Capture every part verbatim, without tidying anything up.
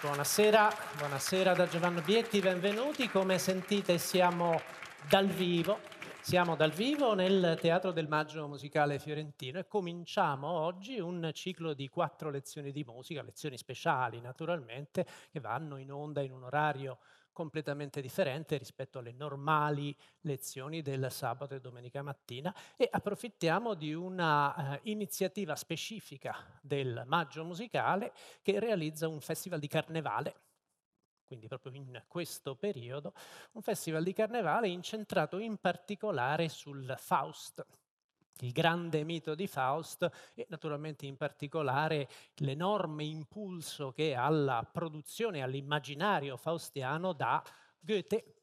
Buonasera, buonasera da Giovanni Bietti, benvenuti. Come sentite siamo dal vivo, siamo dal vivo nel Teatro del Maggio Musicale Fiorentino e cominciamo oggi un ciclo di quattro lezioni di musica, lezioni speciali naturalmente, che vanno in onda in un orario completamente differente rispetto alle normali lezioni del sabato e domenica mattina e approfittiamo di una uh, iniziativa specifica del Maggio Musicale che realizza un festival di carnevale, quindi proprio in questo periodo, un festival di carnevale incentrato in particolare sul Faust, il grande mito di Faust e naturalmente in particolare l'enorme impulso che alla produzione, all'immaginario faustiano dà Goethe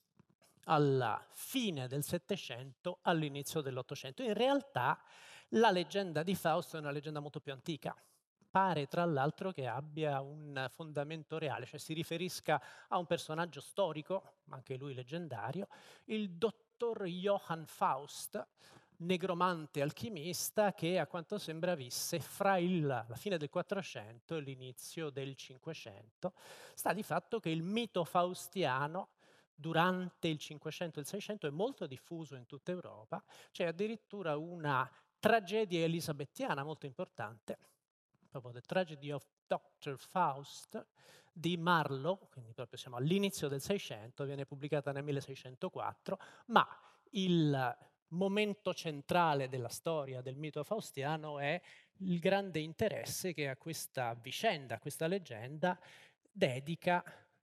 alla fine del Settecento, all'inizio dell'Ottocento. In realtà la leggenda di Faust è una leggenda molto più antica. Pare tra l'altro che abbia un fondamento reale, cioè si riferisca a un personaggio storico, ma anche lui leggendario, il dottor Johann Faust, negromante alchimista che a quanto sembra visse fra il, la fine del Quattrocento e l'inizio del Cinquecento. Sta di fatto che il mito faustiano durante il Cinquecento e il Seicento è molto diffuso in tutta Europa, c'è addirittura una tragedia elisabettiana molto importante, proprio The Tragedy of doctor Faust di Marlowe, quindi proprio siamo all'inizio del Seicento, viene pubblicata nel milleseicentoquattro, ma il momento centrale della storia del mito faustiano è il grande interesse che a questa vicenda, a questa leggenda, dedica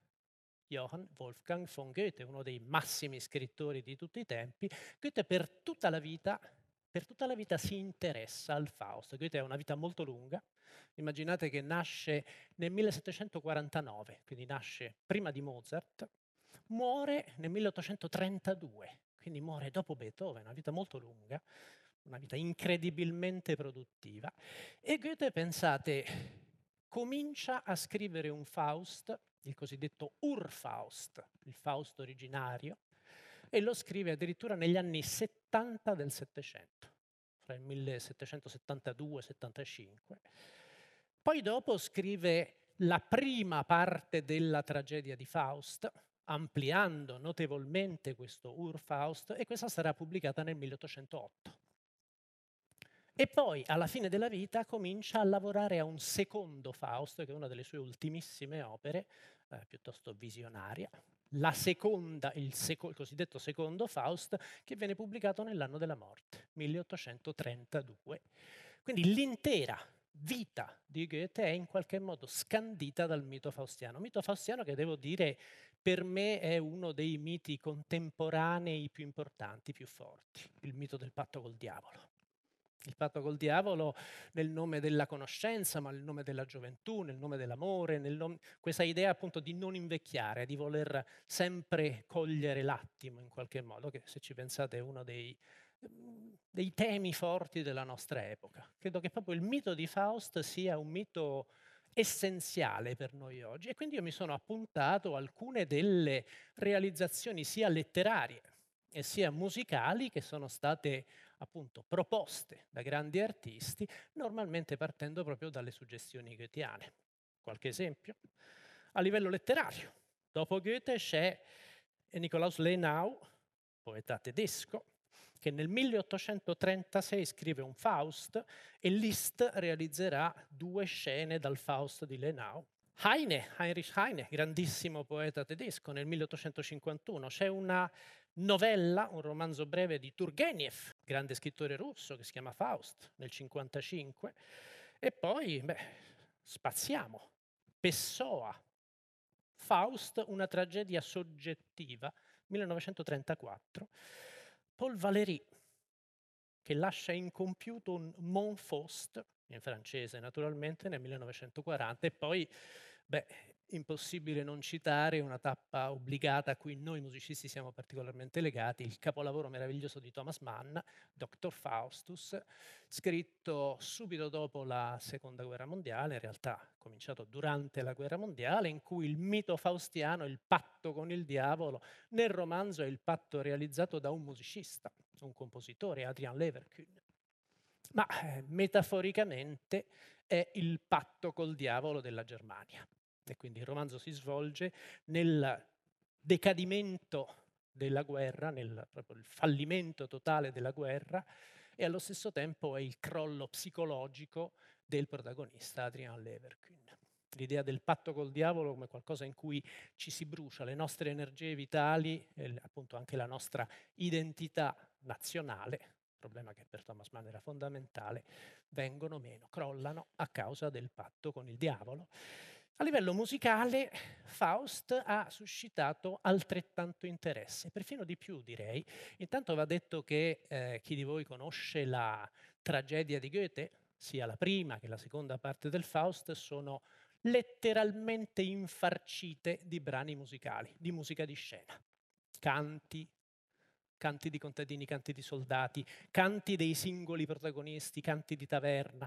Johann Wolfgang von Goethe, uno dei massimi scrittori di tutti i tempi. Goethe per tutta la vita, per tutta la vita si interessa al Faust. Goethe ha una vita molto lunga. Immaginate che nasce nel millesettecentoquarantanove, quindi nasce prima di Mozart, muore nel milleottocentotrentadue, quindi muore dopo Beethoven, una vita molto lunga, una vita incredibilmente produttiva. E Goethe, pensate, comincia a scrivere un Faust, il cosiddetto Urfaust, il Faust originario, e lo scrive addirittura negli anni settanta del Settecento, fra il millesettecentosettantadue settantacinque. Poi dopo scrive la prima parte della tragedia di Faust, ampliando notevolmente questo Urfaust, e questa sarà pubblicata nel milleottocentootto. E poi, alla fine della vita, comincia a lavorare a un secondo Faust, che è una delle sue ultimissime opere, eh, piuttosto visionaria, la seconda, il, seco, il cosiddetto secondo Faust, che viene pubblicato nell'anno della morte, milleottocentotrentadue. Quindi l'intera vita di Goethe è in qualche modo scandita dal mito faustiano. Mito faustiano che, devo dire, per me è uno dei miti contemporanei più importanti, più forti, il mito del patto col diavolo. Il patto col diavolo nel nome della conoscenza, ma nel nome della gioventù, nel nome dell'amore, nel nome... questa idea appunto di non invecchiare, di voler sempre cogliere l'attimo in qualche modo, che se ci pensate è uno dei, dei temi forti della nostra epoca. Credo che proprio il mito di Faust sia un mito essenziale per noi oggi e quindi io mi sono appuntato alcune delle realizzazioni sia letterarie e sia musicali che sono state appunto proposte da grandi artisti, normalmente partendo proprio dalle suggestioni goetheane. Qualche esempio? A livello letterario, dopo Goethe c'è Nikolaus Lenau, poeta tedesco, che nel milleottocentotrentasei scrive un Faust e Liszt realizzerà due scene dal Faust di Lenau. Heine, Heinrich Heine, grandissimo poeta tedesco, nel milleottocentocinquantuno c'è una novella, un romanzo breve di Turgenev, grande scrittore russo, che si chiama Faust, nel cinquantacinque. E poi, beh, spaziamo. Pessoa, Faust, una tragedia soggettiva, millenovecentotrentaquattro. Paul Valéry, che lascia incompiuto un Montfaust, in francese naturalmente, nel millenovecentoquaranta. E poi, beh, impossibile non citare una tappa obbligata a cui noi musicisti siamo particolarmente legati, il capolavoro meraviglioso di Thomas Mann, doctor Faustus, scritto subito dopo la Seconda Guerra Mondiale, in realtà cominciato durante la Guerra Mondiale, in cui il mito faustiano, il patto con il diavolo, nel romanzo è il patto realizzato da un musicista, un compositore, Adrian Leverkühn, ma eh, metaforicamente è il patto col diavolo della Germania. E quindi il romanzo si svolge nel decadimento della guerra, nel proprio il fallimento totale della guerra, e allo stesso tempo è il crollo psicologico del protagonista Adrian Leverkühn. L'idea del patto col diavolo come qualcosa in cui ci si brucia le nostre energie vitali e appunto anche la nostra identità nazionale, problema che per Thomas Mann era fondamentale, vengono meno, crollano a causa del patto con il diavolo. A livello musicale, Faust ha suscitato altrettanto interesse, perfino di più direi. Intanto va detto che eh, chi di voi conosce la tragedia di Goethe, sia la prima che la seconda parte del Faust, sono letteralmente infarcite di brani musicali, di musica di scena. Canti, canti di contadini, canti di soldati, canti dei singoli protagonisti, canti di taverna.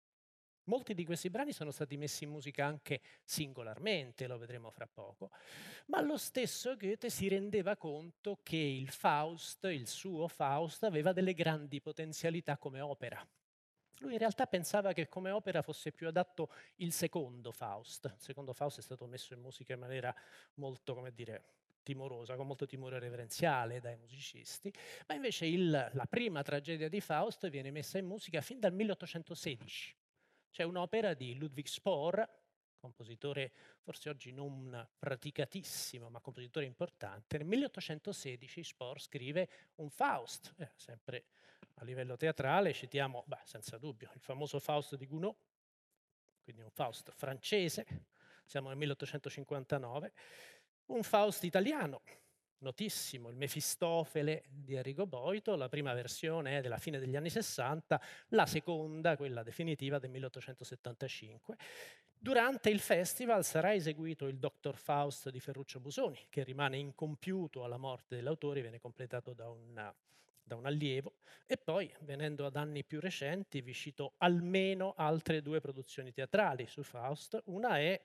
Molti di questi brani sono stati messi in musica anche singolarmente, lo vedremo fra poco, ma lo stesso Goethe si rendeva conto che il Faust, il suo Faust, aveva delle grandi potenzialità come opera. Lui in realtà pensava che come opera fosse più adatto il secondo Faust. Il secondo Faust è stato messo in musica in maniera molto, come dire, timorosa, con molto timore reverenziale dai musicisti, ma invece il, la prima tragedia di Faust viene messa in musica fin dal milleottocentosedici. C'è un'opera di Ludwig Spohr, compositore forse oggi non praticatissimo, ma compositore importante. Nel milleottocentosedici Spohr scrive un Faust, eh, sempre a livello teatrale, citiamo, beh, senza dubbio, il famoso Faust di Gounod, quindi un Faust francese, siamo nel milleottocentocinquantanove, un Faust italiano, notissimo, il Mefistofele di Arrigo Boito, la prima versione è della fine degli anni sessanta, la seconda, quella definitiva, del milleottocentosettantacinque. Durante il festival sarà eseguito il Doctor Faust di Ferruccio Busoni, che rimane incompiuto alla morte dell'autore, viene completato da un, da un allievo, e poi, venendo ad anni più recenti, vi cito almeno altre due produzioni teatrali su Faust. Una è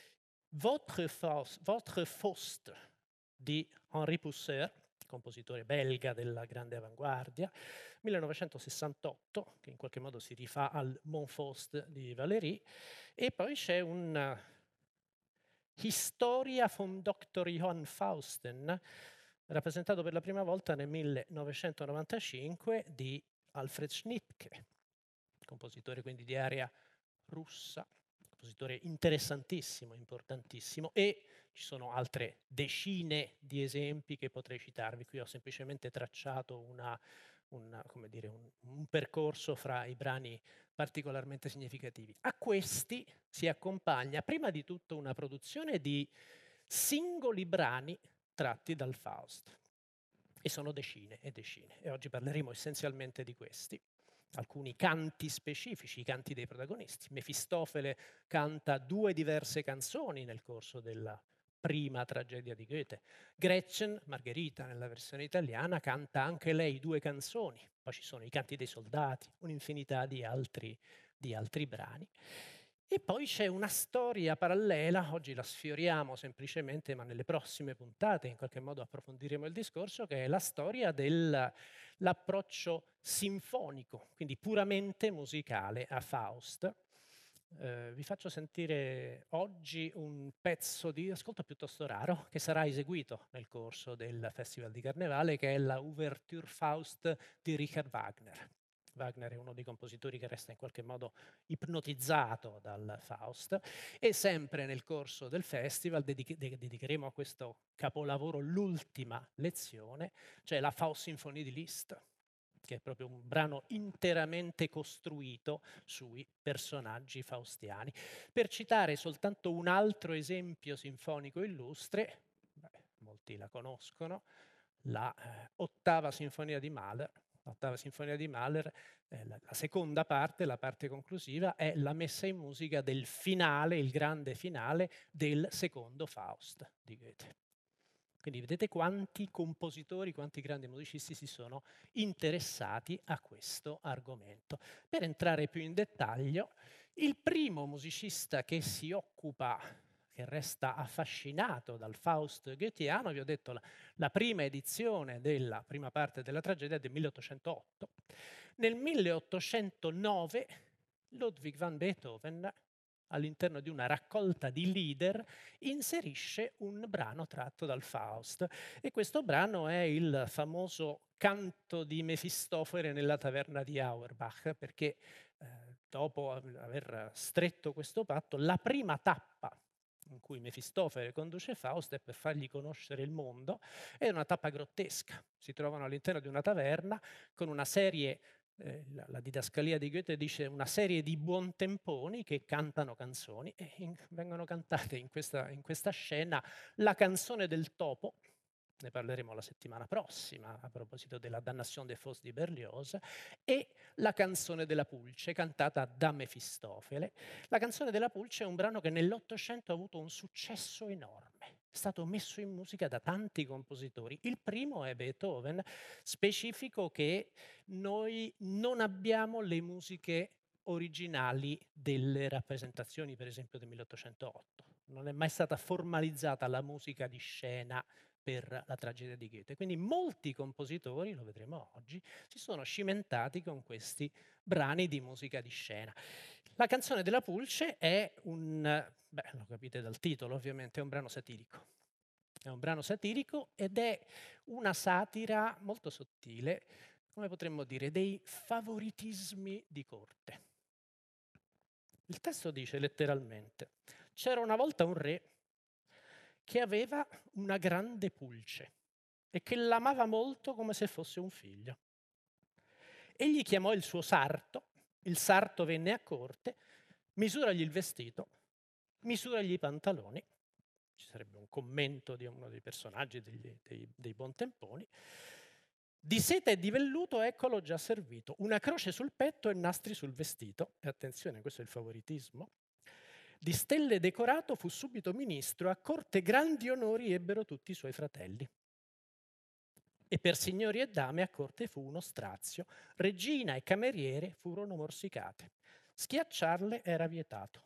Votre Faust, Votre Faust di Henri Pousseur, compositore belga della grande avanguardia, millenovecentosessantotto, che in qualche modo si rifà al Mon Faust di Valéry, e poi c'è una Historia von Doktor Johann Fausten, rappresentato per la prima volta nel millenovecentonovantacinque di Alfred Schnittke, compositore quindi di area russa, compositore interessantissimo, importantissimo, e ci sono altre decine di esempi che potrei citarvi. Qui ho semplicemente tracciato una, una, come dire, un, un percorso fra i brani particolarmente significativi. A questi si accompagna prima di tutto una produzione di singoli brani tratti dal Faust, e sono decine e decine, e oggi parleremo essenzialmente di questi. Alcuni canti specifici, i canti dei protagonisti. Mefistofele canta due diverse canzoni nel corso della prima tragedia di Goethe. Gretchen, Margherita nella versione italiana, canta anche lei due canzoni. Poi ci sono i canti dei soldati, un'infinità di altri, di altri brani. E poi c'è una storia parallela, oggi la sfioriamo semplicemente, ma nelle prossime puntate in qualche modo approfondiremo il discorso, che è la storia dell'approccio sinfonico, quindi puramente musicale a Faust. Eh, vi faccio sentire oggi un pezzo di ascolto piuttosto raro che sarà eseguito nel corso del Festival di Carnevale, che è la Ouverture Faust di Richard Wagner. Wagner è uno dei compositori che resta in qualche modo ipnotizzato dal Faust, e sempre nel corso del festival dediche- dedicheremo a questo capolavoro l'ultima lezione, cioè la Faust Sinfonie di Liszt, che è proprio un brano interamente costruito sui personaggi faustiani. Per citare soltanto un altro esempio sinfonico illustre, beh, molti la conoscono, la eh, ottava sinfonia di Mahler. L'ottava sinfonia di Mahler, eh, la, la seconda parte, la parte conclusiva, è la messa in musica del finale, il grande finale del secondo Faust di Goethe. Quindi vedete quanti compositori, quanti grandi musicisti si sono interessati a questo argomento. Per entrare più in dettaglio, il primo musicista che si occupa, che resta affascinato dal Faust goetheano, vi ho detto la, la prima edizione della prima parte della tragedia è del milleottocentootto. Nel milleottocentonove Ludwig van Beethoven all'interno di una raccolta di lieder, inserisce un brano tratto dal Faust. E questo brano è il famoso canto di Mefistofele nella taverna di Auerbach, perché eh, dopo aver stretto questo patto, la prima tappa in cui Mefistofele conduce Faust è per fargli conoscere il mondo, è una tappa grottesca. Si trovano all'interno di una taverna con una serie, eh, la, la didascalia di Goethe dice una serie di buontemponi che cantano canzoni, e in, vengono cantate in questa, in questa scena la canzone del topo. Ne parleremo la settimana prossima a proposito della Damnation des Fosses di Berlioz, e la canzone della pulce cantata da Mefistofele. La canzone della pulce è un brano che nell'Ottocento ha avuto un successo enorme, è stato messo in musica da tanti compositori. Il primo è Beethoven, specifico che noi non abbiamo le musiche originali delle rappresentazioni, per esempio del milleottocentotto. Non è mai stata formalizzata la musica di scena per la tragedia di Goethe. Quindi molti compositori, lo vedremo oggi, si sono cimentati con questi brani di musica di scena. La canzone della pulce è un, beh, lo capite dal titolo ovviamente, è un brano satirico. È un brano satirico ed è una satira molto sottile, come potremmo dire, dei favoritismi di corte. Il testo dice letteralmente: c'era una volta un re che aveva una grande pulce e che l'amava molto come se fosse un figlio. Egli chiamò il suo sarto, il sarto venne a corte, misuragli il vestito, misuragli i pantaloni, ci sarebbe un commento di uno dei personaggi degli, dei, dei buontemponi, di seta e di velluto eccolo già servito, una croce sul petto e nastri sul vestito, e attenzione, questo è il favoritismo. Di stelle decorato fu subito ministro, a corte grandi onori ebbero tutti i suoi fratelli. E per signori e dame a corte fu uno strazio, regina e cameriere furono morsicate. Schiacciarle era vietato.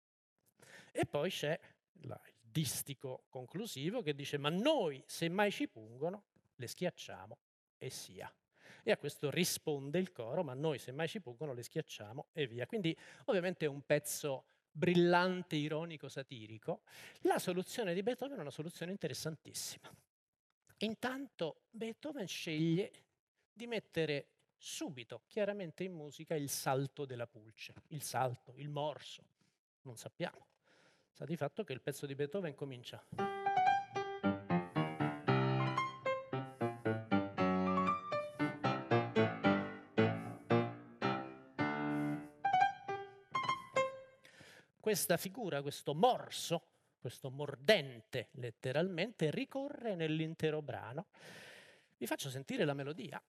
E poi c'è la, il distico conclusivo che dice: ma noi, se mai ci pungono, le schiacciamo e sia. E a questo risponde il coro: ma noi, se mai ci pungono, le schiacciamo e via. Quindi ovviamente è un pezzo brillante, ironico, satirico. La soluzione di Beethoven è una soluzione interessantissima. Intanto Beethoven sceglie di mettere subito, chiaramente in musica, il salto della pulce, il salto, il morso, non sappiamo. Sta di fatto che il pezzo di Beethoven comincia. Questa figura, questo morso, questo mordente letteralmente, ricorre nell'intero brano. Vi faccio sentire la melodia.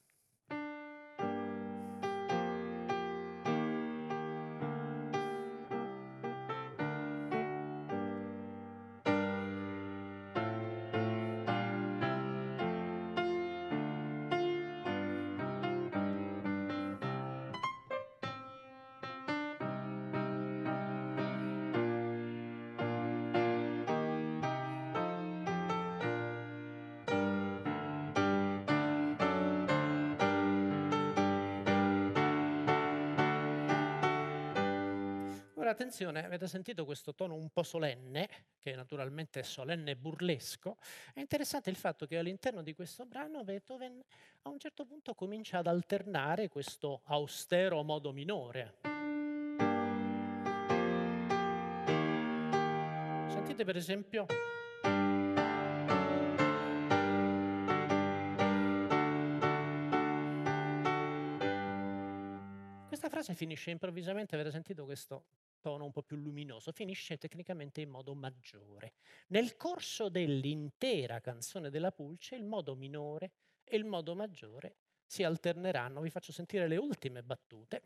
Ora attenzione, avete sentito questo tono un po' solenne, che naturalmente è solenne e burlesco. È interessante il fatto che all'interno di questo brano Beethoven a un certo punto comincia ad alternare questo austero modo minore. Sentite per esempio questa frase finisce improvvisamente, avete sentito questo tono un po' più luminoso, finisce tecnicamente in modo maggiore. Nel corso dell'intera canzone della pulce il modo minore e il modo maggiore si alterneranno. Vi faccio sentire le ultime battute.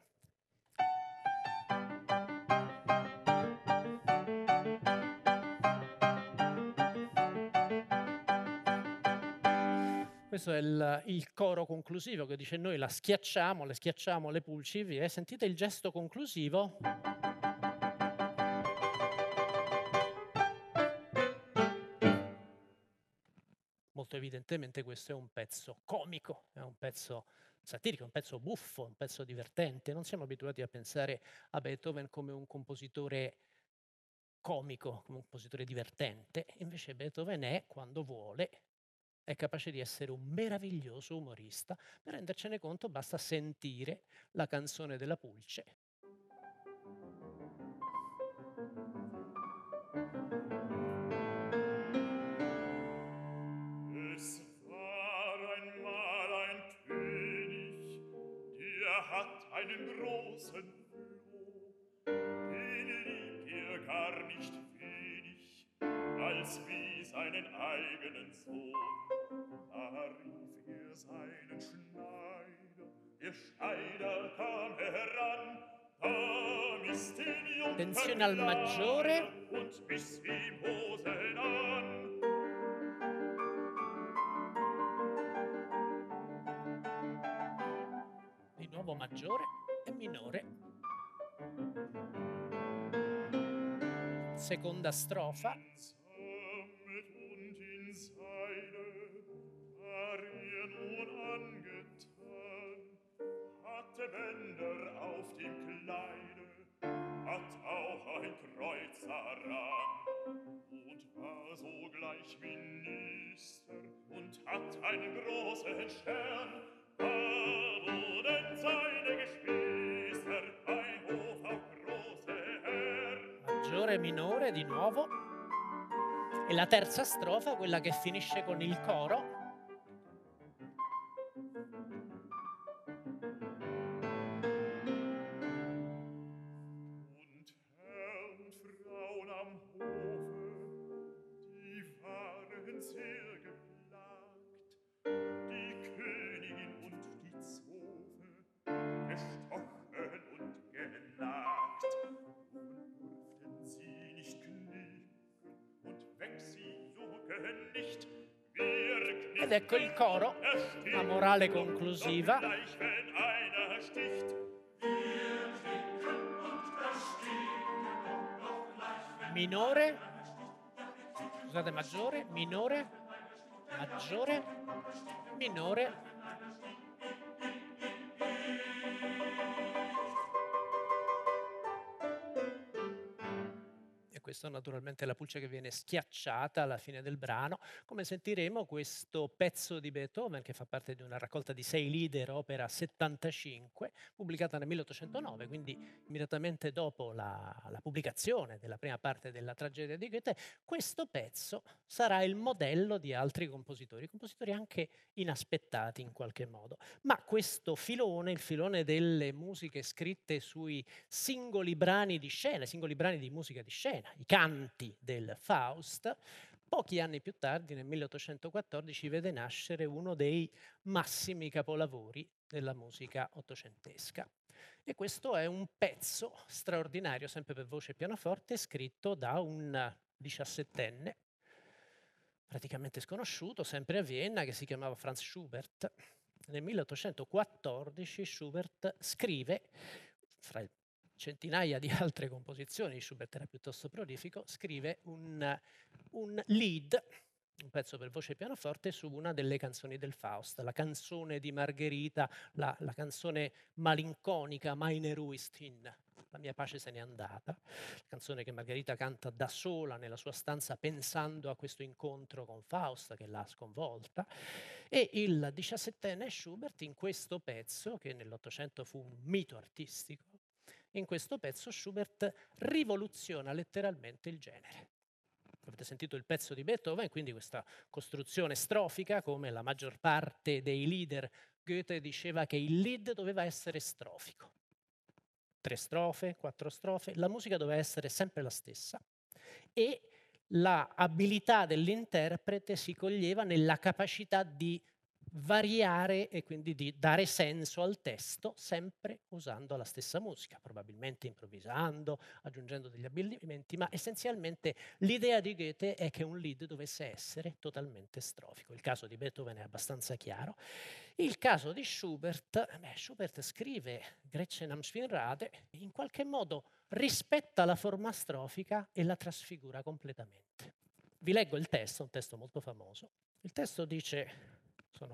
Questo è il, il coro conclusivo che dice: noi la schiacciamo, le schiacciamo le pulci, via. Sentite il gesto conclusivo. Molto evidentemente questo è un pezzo comico, è un pezzo satirico, un pezzo buffo, un pezzo divertente. Non siamo abituati a pensare a Beethoven come un compositore comico, come un compositore divertente. Invece Beethoven è, quando vuole, è capace di essere un meraviglioso umorista. Per rendercene conto basta sentire la canzone della Pulce. Es war einmal ein König, der hat einen großen Floh, den liebt er gar nicht wenig, als wie seinen eigenen Sohn. Da rief er seinen Schneider, der Schneider kam heran, da misst den Jungen Attenzione al maggiore. und miss ihm Hosen an. Di nuovo maggiore e minore. Seconda strofa. Sammet und in Seide war er nun angetan, hatte Bänder auf dem Kleide, hat auch ein Kreuz daran und war sogleich Minister und hat einen großen Stern. Da wurden seine Geschwister bei Hof auch große Herren. Maggiore e minore di nuovo. E la terza strofa, quella che finisce con il coro. Und Herr und Frauen am Hofe, die waren sehr geplagt, die Königin und die Zofe, gestochen und genagt, und durften sie nicht knicken, und weg sie jucken nicht. Ed ecco il coro, la morale conclusiva. Gleich wenn einer sticht, Minore, scusate, maggiore, minore, maggiore, minore. E questo naturalmente è la Pulce che viene schiacciata alla fine del brano. Come sentiremo, questo pezzo di Beethoven, che fa parte di una raccolta di sei lieder, opera settantacinque, pubblicata nel milleottocentonove, quindi immediatamente dopo la, la pubblicazione della prima parte della tragedia di Goethe, questo pezzo sarà il modello di altri compositori, compositori anche inaspettati in qualche modo. Ma questo filone, il filone delle musiche scritte sui singoli brani di scena, singoli brani di musica di scena, i canti del Faust, pochi anni più tardi, nel milleottocentoquattordici, vede nascere uno dei massimi capolavori della musica ottocentesca. E questo è un pezzo straordinario, sempre per voce e pianoforte, scritto da un diciassettenne, praticamente sconosciuto, sempre a Vienna, che si chiamava Franz Schubert. Nel milleottocentoquattordici Schubert scrive, fra centinaia di altre composizioni, Schubert era piuttosto prolifico, scrive un, un lead, un pezzo per voce e pianoforte, su una delle canzoni del Faust, la canzone di Margherita, la, la canzone malinconica Meine Ruhe ist hin, la mia pace se n'è andata, la canzone che Margherita canta da sola nella sua stanza pensando a questo incontro con Faust che l'ha sconvolta, e il diciassettenne Schubert in questo pezzo, che nell'Ottocento fu un mito artistico, in questo pezzo Schubert rivoluziona letteralmente il genere. Avete sentito il pezzo di Beethoven, quindi questa costruzione strofica, come la maggior parte dei leader. Goethe diceva che il lead doveva essere strofico. Tre strofe, quattro strofe, la musica doveva essere sempre la stessa e l'abilità dell'interprete si coglieva nella capacità di variare e quindi di dare senso al testo sempre usando la stessa musica, probabilmente improvvisando, aggiungendo degli abbellimenti, ma essenzialmente l'idea di Goethe è che un lied dovesse essere totalmente strofico. Il caso di Beethoven è abbastanza chiaro. Il caso di Schubert, beh, Schubert scrive Gretchen am Spielrad, in qualche modo rispetta la forma strofica e la trasfigura completamente. Vi leggo il testo, un testo molto famoso. Il testo dice, sono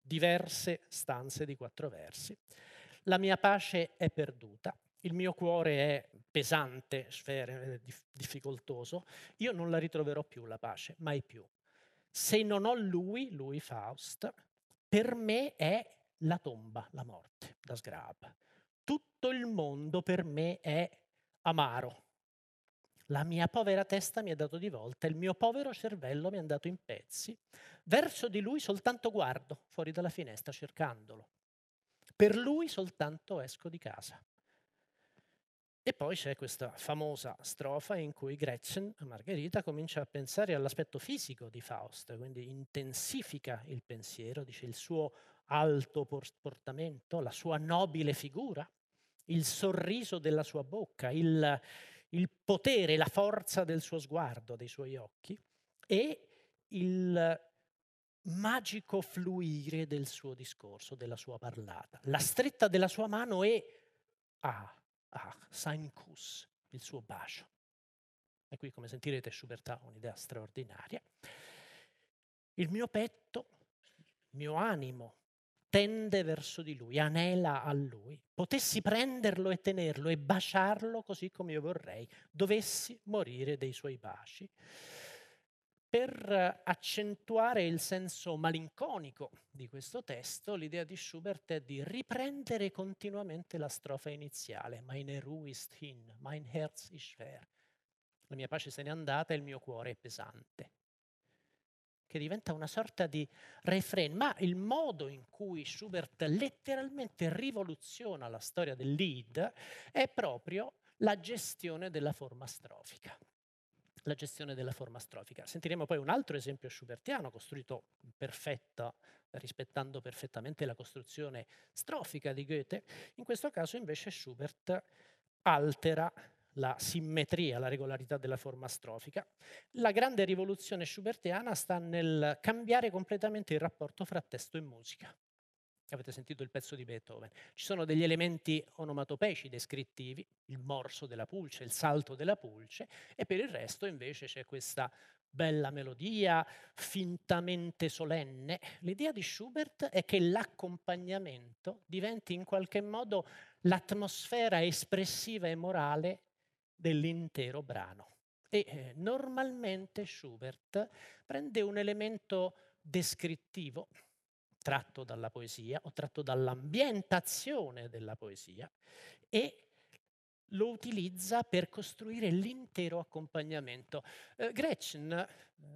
diverse stanze di quattro versi. La mia pace è perduta, il mio cuore è pesante, sfere, difficoltoso, io non la ritroverò più la pace, mai più. Se non ho lui, lui Faust, per me è la tomba, la morte, das Grab. Tutto il mondo per me è amaro. La mia povera testa mi è dato di volta, il mio povero cervello mi è andato in pezzi. Verso di lui soltanto guardo fuori dalla finestra cercandolo. Per lui soltanto esco di casa. E poi c'è questa famosa strofa in cui Gretchen, Margherita, comincia a pensare all'aspetto fisico di Faust, quindi intensifica il pensiero, dice il suo alto portamento, la sua nobile figura, il sorriso della sua bocca, il, il potere, la forza del suo sguardo, dei suoi occhi e il magico fluire del suo discorso, della sua parlata, la stretta della sua mano e ah, ah, sein Kuss, il suo bacio. E qui, come sentirete, Schubert ha un'idea straordinaria. Il mio petto, il mio animo tende verso di lui, anela a lui. Potessi prenderlo e tenerlo e baciarlo così come io vorrei, dovessi morire dei suoi baci. Per accentuare il senso malinconico di questo testo, l'idea di Schubert è di riprendere continuamente la strofa iniziale, Meine Ruhe ist hin, mein Herz ist schwer. La mia pace se n'è andata e il mio cuore è pesante. Che diventa una sorta di refrain, ma il modo in cui Schubert letteralmente rivoluziona la storia del Lied è proprio la gestione della forma strofica. La gestione della forma strofica. Sentiremo poi un altro esempio schubertiano costruito perfetta, rispettando perfettamente la costruzione strofica di Goethe. In questo caso invece Schubert altera la simmetria, la regolarità della forma strofica. La grande rivoluzione schubertiana sta nel cambiare completamente il rapporto fra testo e musica. Avete sentito il pezzo di Beethoven. Ci sono degli elementi onomatopeici descrittivi, il morso della pulce, il salto della pulce, e per il resto invece c'è questa bella melodia fintamente solenne. L'idea di Schubert è che l'accompagnamento diventi in qualche modo l'atmosfera espressiva e morale dell'intero brano. E eh, normalmente Schubert prende un elemento descrittivo tratto dalla poesia o tratto dall'ambientazione della poesia e lo utilizza per costruire l'intero accompagnamento. Eh, Gretchen, eh,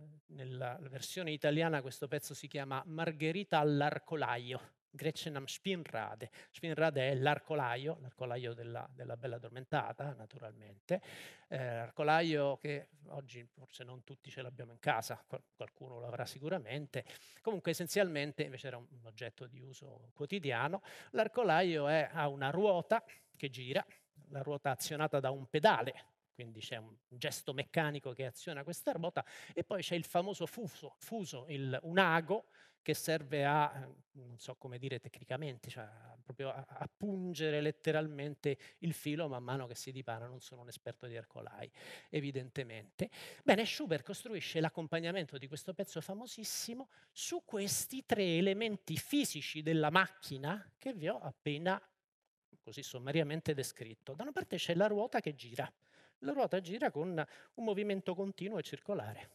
nella versione italiana questo pezzo si chiama Margherita all'arcolaio, Gretchen am Spinnrade. Spinnrade è l'arcolaio, l'arcolaio della, della Bella Addormentata, naturalmente. Eh, l'arcolaio che oggi forse non tutti ce l'abbiamo in casa, qualcuno lo avrà sicuramente. Comunque essenzialmente invece era un, un oggetto di uso quotidiano. L'arcolaio è, ha una ruota che gira, la ruota azionata da un pedale, quindi c'è un gesto meccanico che aziona questa ruota, e poi c'è il famoso fuso, fuso il, un ago che serve a, non so come dire tecnicamente, cioè proprio a, a pungere letteralmente il filo man mano che si dipana. Non sono un esperto di arcolai, evidentemente. Bene, Schubert costruisce l'accompagnamento di questo pezzo famosissimo su questi tre elementi fisici della macchina che vi ho appena così sommariamente descritto. Da una parte c'è la ruota che gira. La ruota gira con un movimento continuo e circolare.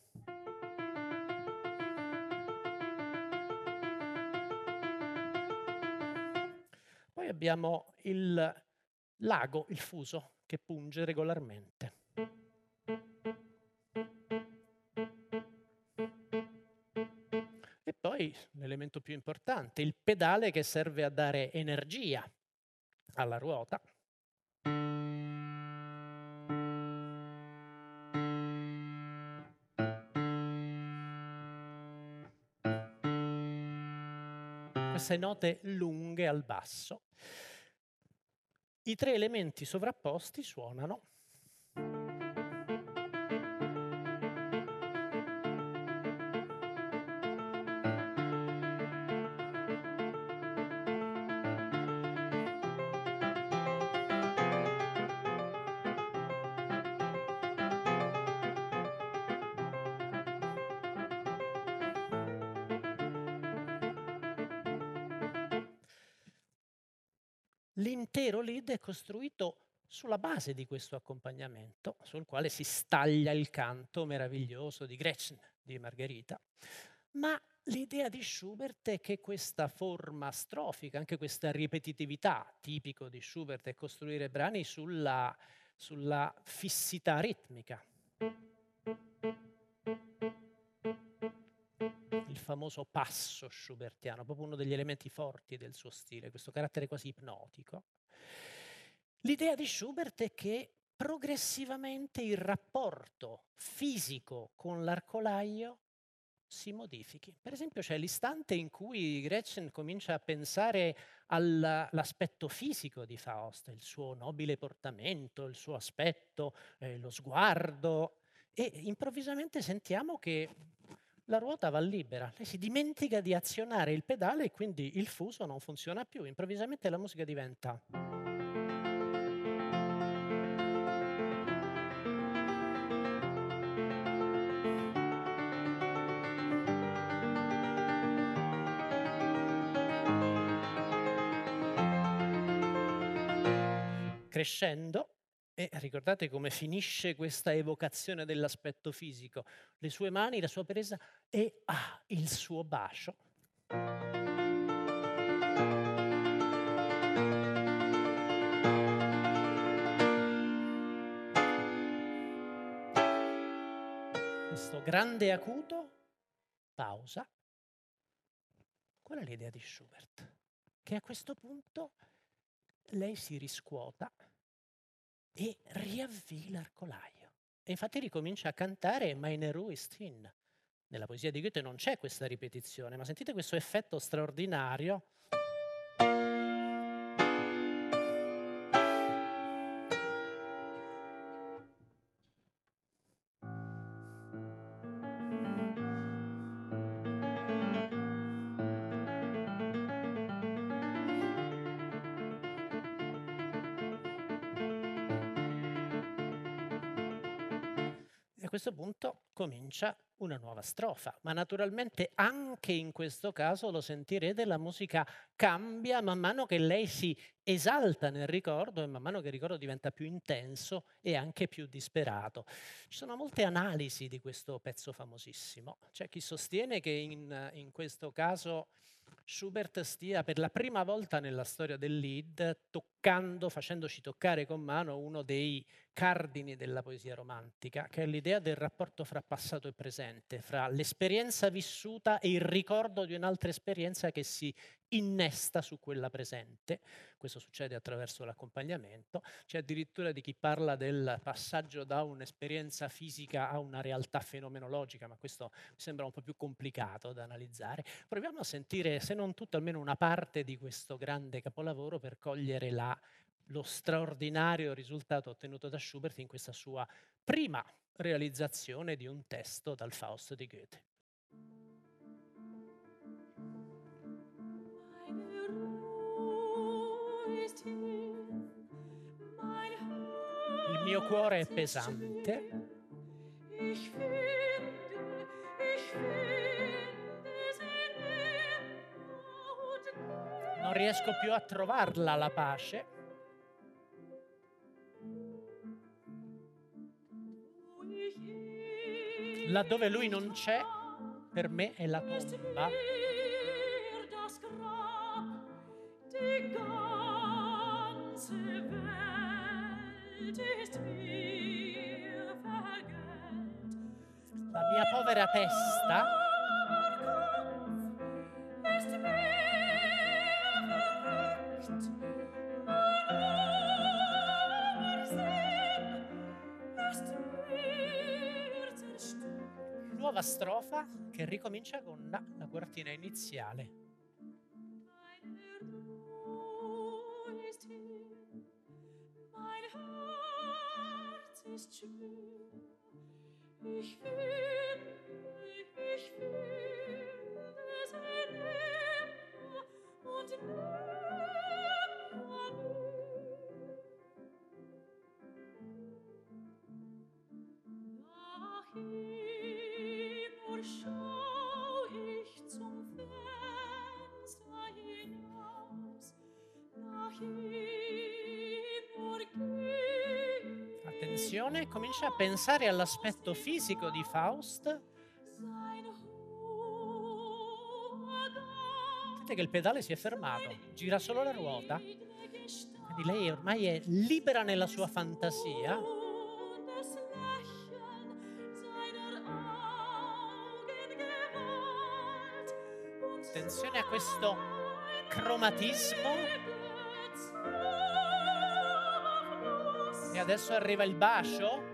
Poi abbiamo il l'ago, il fuso, che punge regolarmente. E poi l'elemento più importante, il pedale che serve a dare energia alla ruota. Queste note lunghe al basso. I tre elementi sovrapposti suonano L'intero lead è costruito sulla base di questo accompagnamento, sul quale si staglia il canto meraviglioso di Gretchen, di Margherita. Ma l'idea di Schubert è che questa forma strofica, anche questa ripetitività, tipico di Schubert, è costruire brani sulla, sulla fissità ritmica. Il famoso passo schubertiano, proprio uno degli elementi forti del suo stile, questo carattere quasi ipnotico. L'idea di Schubert è che progressivamente il rapporto fisico con l'arcolaio si modifichi. Per esempio c'è l'istante in cui Gretchen comincia a pensare all'aspetto fisico di Faust, il suo nobile portamento, il suo aspetto, eh, lo sguardo, e improvvisamente sentiamo che la ruota va libera, lei si dimentica di azionare il pedale e quindi il fuso non funziona più, improvvisamente la musica diventa... crescendo. E ricordate come finisce questa evocazione dell'aspetto fisico? Le sue mani, la sua presa e ah, il suo bacio. Questo grande acuto, pausa. Qual è l'idea di Schubert? Che a questo punto lei si riscuota e riavvii l'arcolaio. E infatti ricomincia a cantare Meine Ruhe ist hin. Nella poesia di Goethe non c'è questa ripetizione, ma sentite questo effetto straordinario. E a questo punto comincia una nuova strofa, ma naturalmente anche in questo caso lo sentirete, la musica cambia man mano che lei si esalta nel ricordo e man mano che il ricordo diventa più intenso e anche più disperato. Ci sono molte analisi di questo pezzo famosissimo. C'è chi sostiene che in, in questo caso Schubert stia per la prima volta nella storia del Lied toccando, facendoci toccare con mano uno dei cardini della poesia romantica, che è l'idea del rapporto fra passato e presente, fra l'esperienza vissuta e il ricordo di un'altra esperienza che si innesta su quella presente. Questo succede attraverso l'accompagnamento. C'è addirittura di chi parla del passaggio da un'esperienza fisica a una realtà fenomenologica, ma questo mi sembra un po' più complicato da analizzare. Proviamo a sentire, se non tutto, almeno una parte di questo grande capolavoro per cogliere la lo straordinario risultato ottenuto da Schubert in questa sua prima realizzazione di un testo dal Faust di Goethe. Il mio cuore è pesante. Non riesco più a trovarla la pace. Laddove lui non c'è, per me è la tomba. La mia povera testa nuova strofa che ricomincia con la quartina iniziale. Ich finde, ich finde seine und nach ihm nur schau ich zum Fenster hinaus, nach ihm Attenzione, comincia a pensare all'aspetto fisico di Faust. Vedete che il pedale si è fermato, gira solo la ruota. Quindi lei ormai è libera nella sua fantasia. Attenzione a questo cromatismo. E adesso arriva il bacio.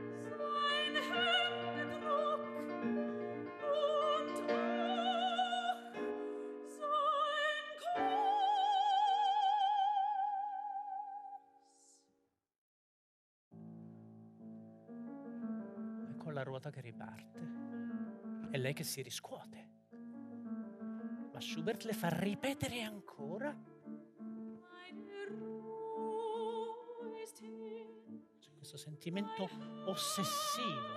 Ecco la ruota che riparte. È lei che si riscuote. Ma Schubert le fa ripetere ancora. C'è questo sentimento ossessivo.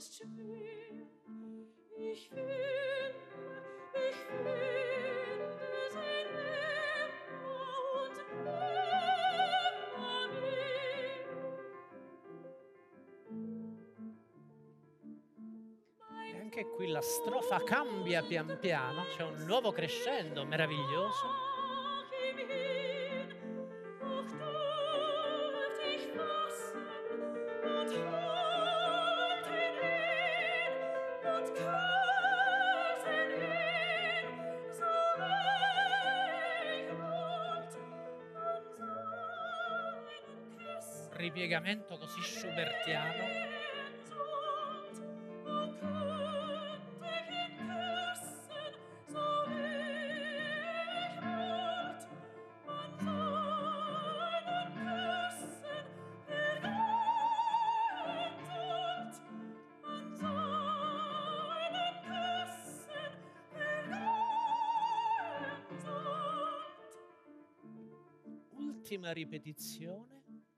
E anche qui la strofa cambia pian piano, c'è un nuovo crescendo meraviglioso. Ripiegamento così schubertiano. Ultima ripetizione.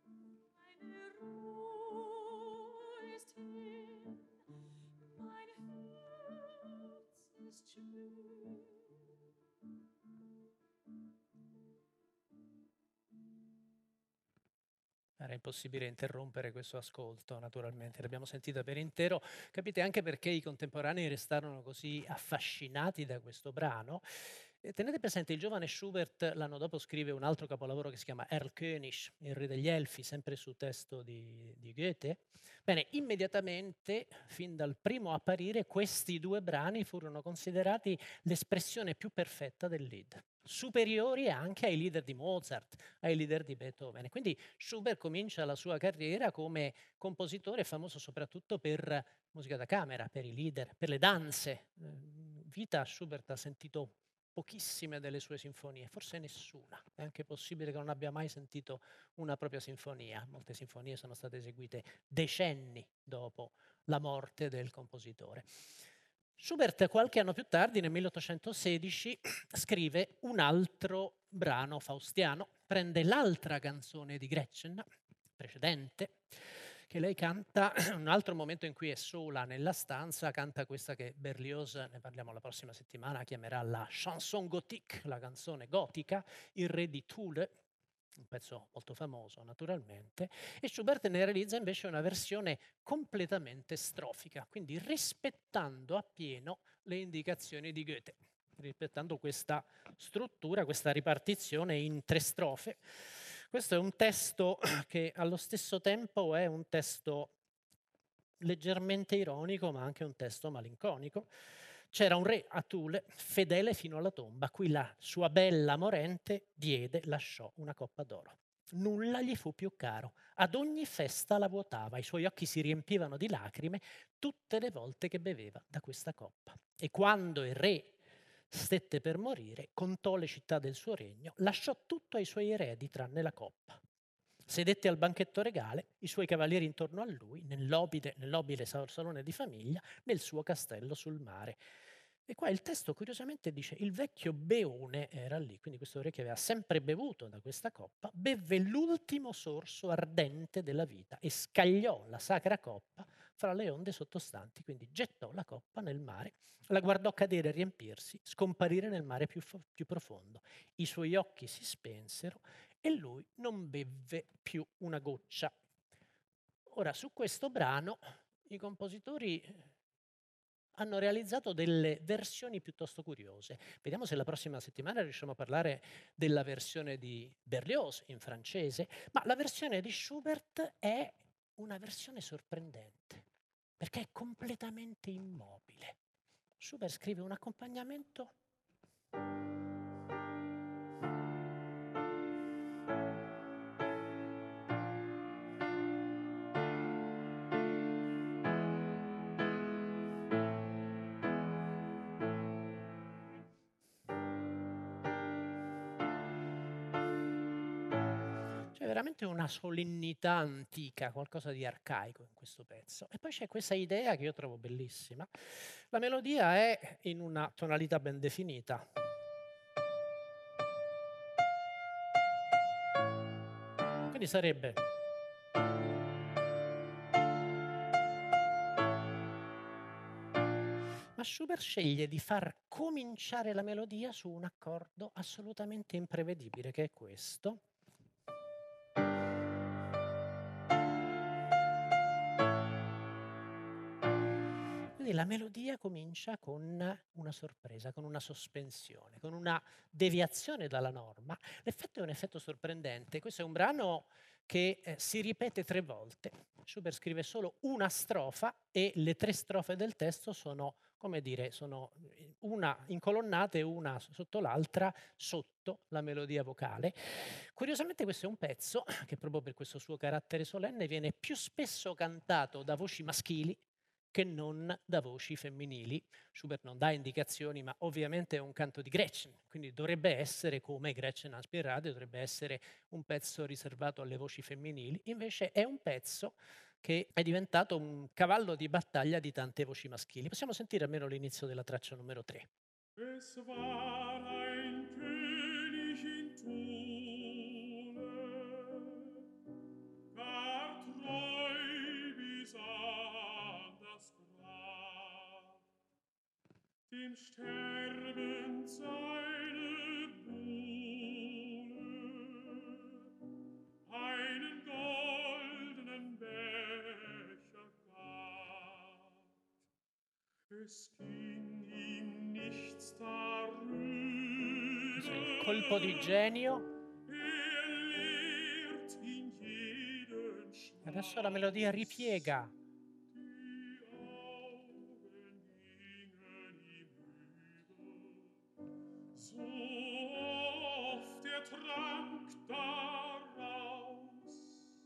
Era impossibile interrompere questo ascolto, naturalmente, l'abbiamo sentita per intero. Capite anche perché i contemporanei restarono così affascinati da questo brano. E tenete presente, il giovane Schubert l'anno dopo scrive un altro capolavoro che si chiama Erlkönig, il re degli Elfi, sempre su testo di, di Goethe. Bene, immediatamente, fin dal primo apparire, questi due brani furono considerati l'espressione più perfetta del Lied, superiori anche ai leader di Mozart, ai leader di Beethoven. Quindi Schubert comincia la sua carriera come compositore famoso soprattutto per musica da camera, per i lieder, per le danze. In vita Schubert ha sentito pochissime delle sue sinfonie, forse nessuna. È anche possibile che non abbia mai sentito una propria sinfonia. Molte sinfonie sono state eseguite decenni dopo la morte del compositore. Schubert qualche anno più tardi, nel milleottocentosedici, scrive un altro brano faustiano, prende l'altra canzone di Gretchen, precedente, che lei canta, un altro momento in cui è sola nella stanza, canta questa che Berlioz, ne parliamo la prossima settimana, chiamerà la chanson gothique, la canzone gotica, il re di Thule, un pezzo molto famoso naturalmente, e Schubert ne realizza invece una versione completamente strofica, quindi rispettando appieno le indicazioni di Goethe, rispettando questa struttura, questa ripartizione in tre strofe. Questo è un testo che allo stesso tempo è un testo leggermente ironico, ma anche un testo malinconico. C'era un re a Thule, fedele fino alla tomba, a cui la sua bella morente diede, lasciò una coppa d'oro. Nulla gli fu più caro, ad ogni festa la vuotava, i suoi occhi si riempivano di lacrime tutte le volte che beveva da questa coppa. E quando il re stette per morire, contò le città del suo regno, lasciò tutto ai suoi eredi tranne la coppa. Sedette al banchetto regale, i suoi cavalieri intorno a lui, nell'obile, nell'obile salone di famiglia, nel suo castello sul mare. E qua il testo curiosamente dice: il vecchio beone era lì, quindi questo re che aveva sempre bevuto da questa coppa, bevve l'ultimo sorso ardente della vita e scagliò la sacra coppa fra le onde sottostanti, quindi gettò la coppa nel mare, la guardò cadere e riempirsi, scomparire nel mare più, più profondo. I suoi occhi si spensero e lui non bevve più una goccia. Ora, su questo brano i compositori hanno realizzato delle versioni piuttosto curiose. Vediamo se la prossima settimana riusciamo a parlare della versione di Berlioz in francese, ma la versione di Schubert è una versione sorprendente, perché è completamente immobile. Schubert scrive un accompagnamento c'è veramente una solennità antica, qualcosa di arcaico in questo pezzo. E poi c'è questa idea che io trovo bellissima. La melodia è in una tonalità ben definita. Quindi sarebbe ma Schubert sceglie di far cominciare la melodia su un accordo assolutamente imprevedibile, che è questo. Quindi la melodia comincia con una sorpresa, con una sospensione, con una deviazione dalla norma. L'effetto è un effetto sorprendente. Questo è un brano che eh, si ripete tre volte. Schubert scrive solo una strofa e le tre strofe del testo sono, come dire, sono una incolonnate e una sotto l'altra, sotto la melodia vocale. Curiosamente questo è un pezzo che proprio per questo suo carattere solenne viene più spesso cantato da voci maschili che non da voci femminili. Schubert non dà indicazioni, ma ovviamente è un canto di Gretchen, quindi dovrebbe essere come Gretchen ha spiegato, dovrebbe essere un pezzo riservato alle voci femminili, invece è un pezzo che è diventato un cavallo di battaglia di tante voci maschili. Possiamo sentire almeno l'inizio della traccia numero tre. Es war ein König in Thule, gar treu bis an das Grab, dem Sterben seine Buhle einen goldenen Becher gab. Es ging ihm nichts darüber. Il colpo di genio. Er lehrt in jeden Schlag. Adesso la melodia ripiega. Die Augen gingen ihm über. So oft er trank daraus.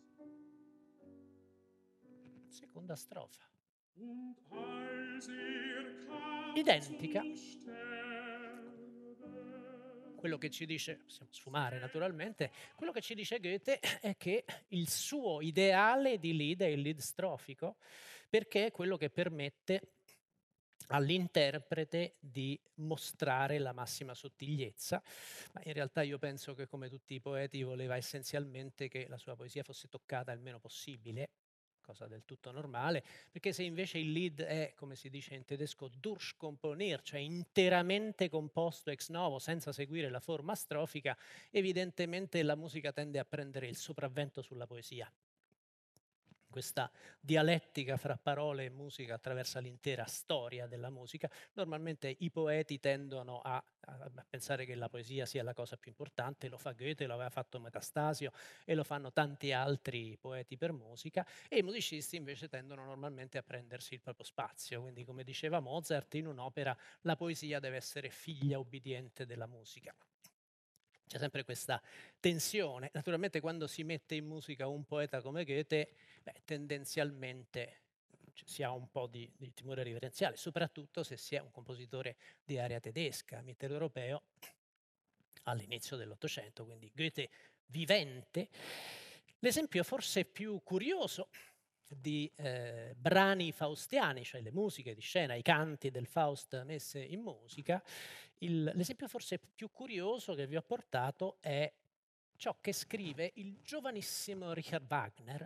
Seconda strofa. Und als er kam Identica. zum Sterben, Quello che ci dice, possiamo sfumare naturalmente, quello che ci dice Goethe è che il suo ideale di lead è il lead strofico, perché è quello che permette all'interprete di mostrare la massima sottigliezza, ma in realtà io penso che come tutti i poeti voleva essenzialmente che la sua poesia fosse toccata il meno possibile, cosa del tutto normale, perché se invece il lead è, come si dice in tedesco, durchkomponiert, cioè interamente composto ex novo, senza seguire la forma strofica, evidentemente la musica tende a prendere il sopravvento sulla poesia. Questa dialettica fra parole e musica attraversa l'intera storia della musica. Normalmente i poeti tendono a, a, a pensare che la poesia sia la cosa più importante, lo fa Goethe, lo aveva fatto Metastasio e lo fanno tanti altri poeti per musica, e i musicisti invece tendono normalmente a prendersi il proprio spazio. Quindi, come diceva Mozart, in un'opera la poesia deve essere figlia obbediente della musica. C'è sempre questa tensione. Naturalmente quando si mette in musica un poeta come Goethe, beh, tendenzialmente si ha un po' di, di timore reverenziale, soprattutto se si è un compositore di area tedesca, mitteleuropeo, all'inizio dell'Ottocento, quindi Goethe vivente. L'esempio forse più curioso di eh, brani faustiani, cioè le musiche di scena, i canti del Faust messe in musica, il, l'esempio forse più curioso che vi ho portato è ciò che scrive il giovanissimo Richard Wagner.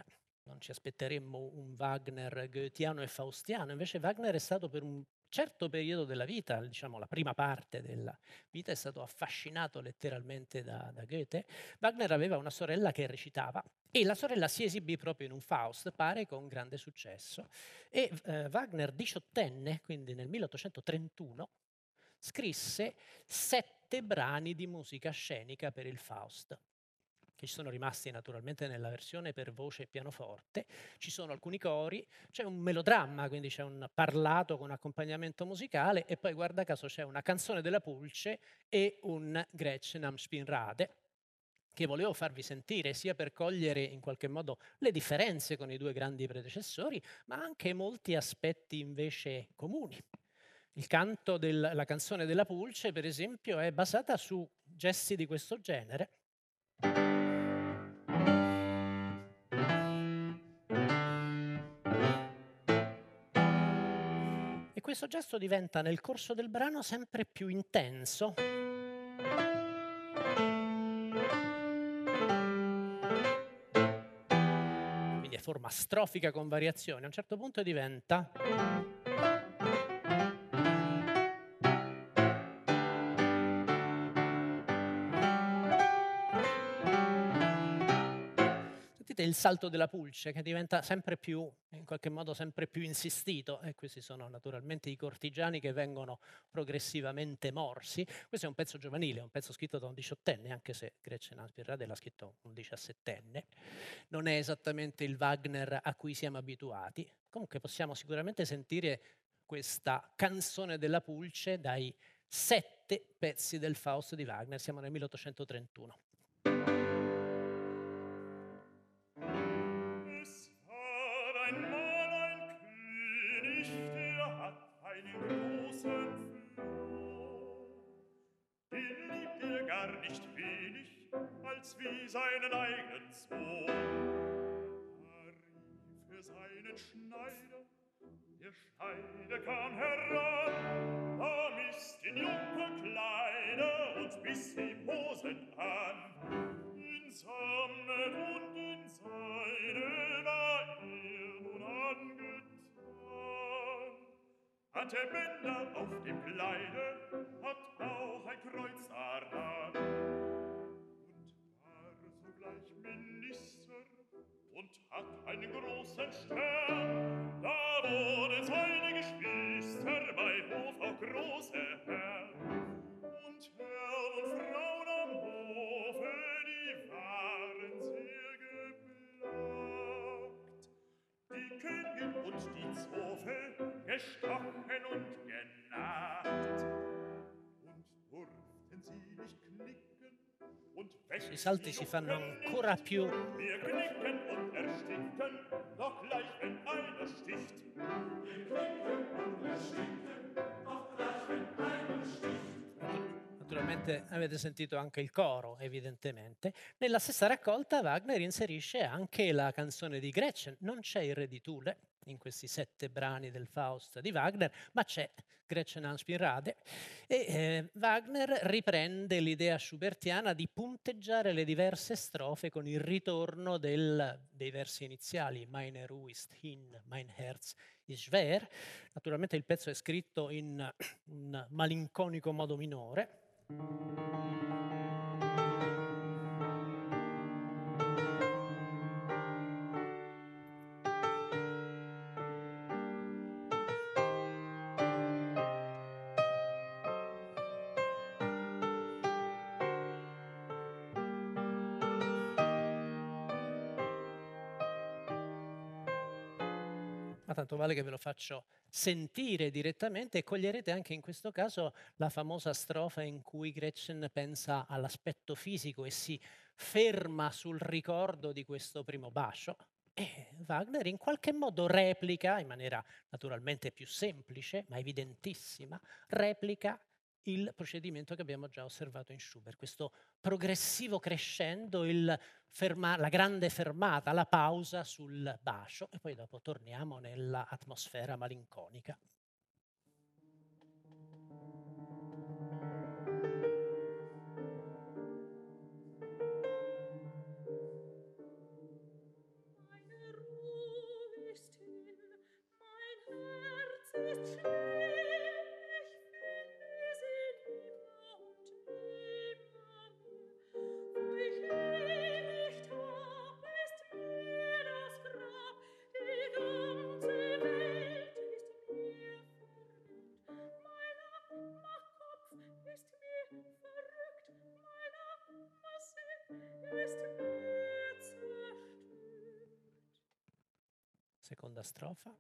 non ci aspetteremmo un Wagner goetheano e faustiano, invece Wagner è stato per un certo periodo della vita, diciamo la prima parte della vita, è stato affascinato letteralmente da, da Goethe. Wagner aveva una sorella che recitava e la sorella si esibì proprio in un Faust, pare con grande successo. E eh, Wagner, diciottenne, quindi nel milleottocentotrentuno, scrisse sette brani di musica scenica per il Faust, che ci sono rimasti naturalmente nella versione per voce e pianoforte. Ci sono alcuni cori, c'è un melodramma, quindi c'è un parlato con accompagnamento musicale, e poi guarda caso c'è una canzone della Pulce e un Gretchen am Spinnrade, che volevo farvi sentire sia per cogliere in qualche modo le differenze con i due grandi predecessori, ma anche molti aspetti invece comuni. Il canto della canzone della Pulce, per esempio, è basata su gesti di questo genere. E questo gesto diventa nel corso del brano sempre più intenso. Quindi è forma strofica con variazioni. A un certo punto diventa... Sentite il salto della Pulce che diventa sempre più, in qualche modo, sempre più insistito, e questi sono naturalmente i cortigiani che vengono progressivamente morsi. Questo è un pezzo giovanile, un pezzo scritto da un diciottenne, anche se Gretchen am Spinnrade l'ha scritto un diciassettenne. Non è esattamente il Wagner a cui siamo abituati. Comunque possiamo sicuramente sentire questa canzone della Pulce dai sette pezzi del Faust di Wagner. Siamo nel milleottocentotrentuno. Es war einmal ein König, der hat einen großen Floh. Den liebt er gar nicht wenig, als wie seinen eigenen Sohn. Da rief er seinen Schneider, der Schneider kam heran, da misst den Jungen Kleider und biss ihm Hosen an. In Sammet und in Seide war er nun angetan. Hatte Bänder auf dem Kleide, hat auch ein Kreuz daran. Und war sogleich Minister und hat einen großen Stern. Da wurden seine Geschwister bei Hof auch große Herren. Und Herr und Frauen am Hofe, die waren sehr geplagt. Die Königin und die Zofe gestochen und genagt. Und durften sie nicht knicken und I salti si fanno ancora più... Wir knicken und ersticken, doch gleich wenn einer sticht. Wir knicken und ersticken, doch gleich wenn einer sticht. Naturalmente avete sentito anche il coro, evidentemente. Nella stessa raccolta Wagner inserisce anche la canzone di Gretchen. Non c'è il Re di Thule in questi sette brani del Faust di Wagner, ma c'è Gretchen am Spinnrade. E eh, Wagner riprende l'idea schubertiana di punteggiare le diverse strofe con il ritorno del, dei versi iniziali. Meine Ruhe ist hin, mein Herz ist schwer. Naturalmente il pezzo è scritto in un malinconico modo minore. Ma tanto vale che ve lo faccio sentire direttamente, e coglierete anche in questo caso la famosa strofa in cui Gretchen pensa all'aspetto fisico e si ferma sul ricordo di questo primo bacio. E Wagner in qualche modo replica, in maniera naturalmente più semplice, ma evidentissima, replica il procedimento che abbiamo già osservato in Schubert, questo progressivo crescendo, il ferma, la grande fermata, la pausa sul bacio, e poi dopo torniamo nell'atmosfera malinconica. Meine Ruhe Seconda strofa.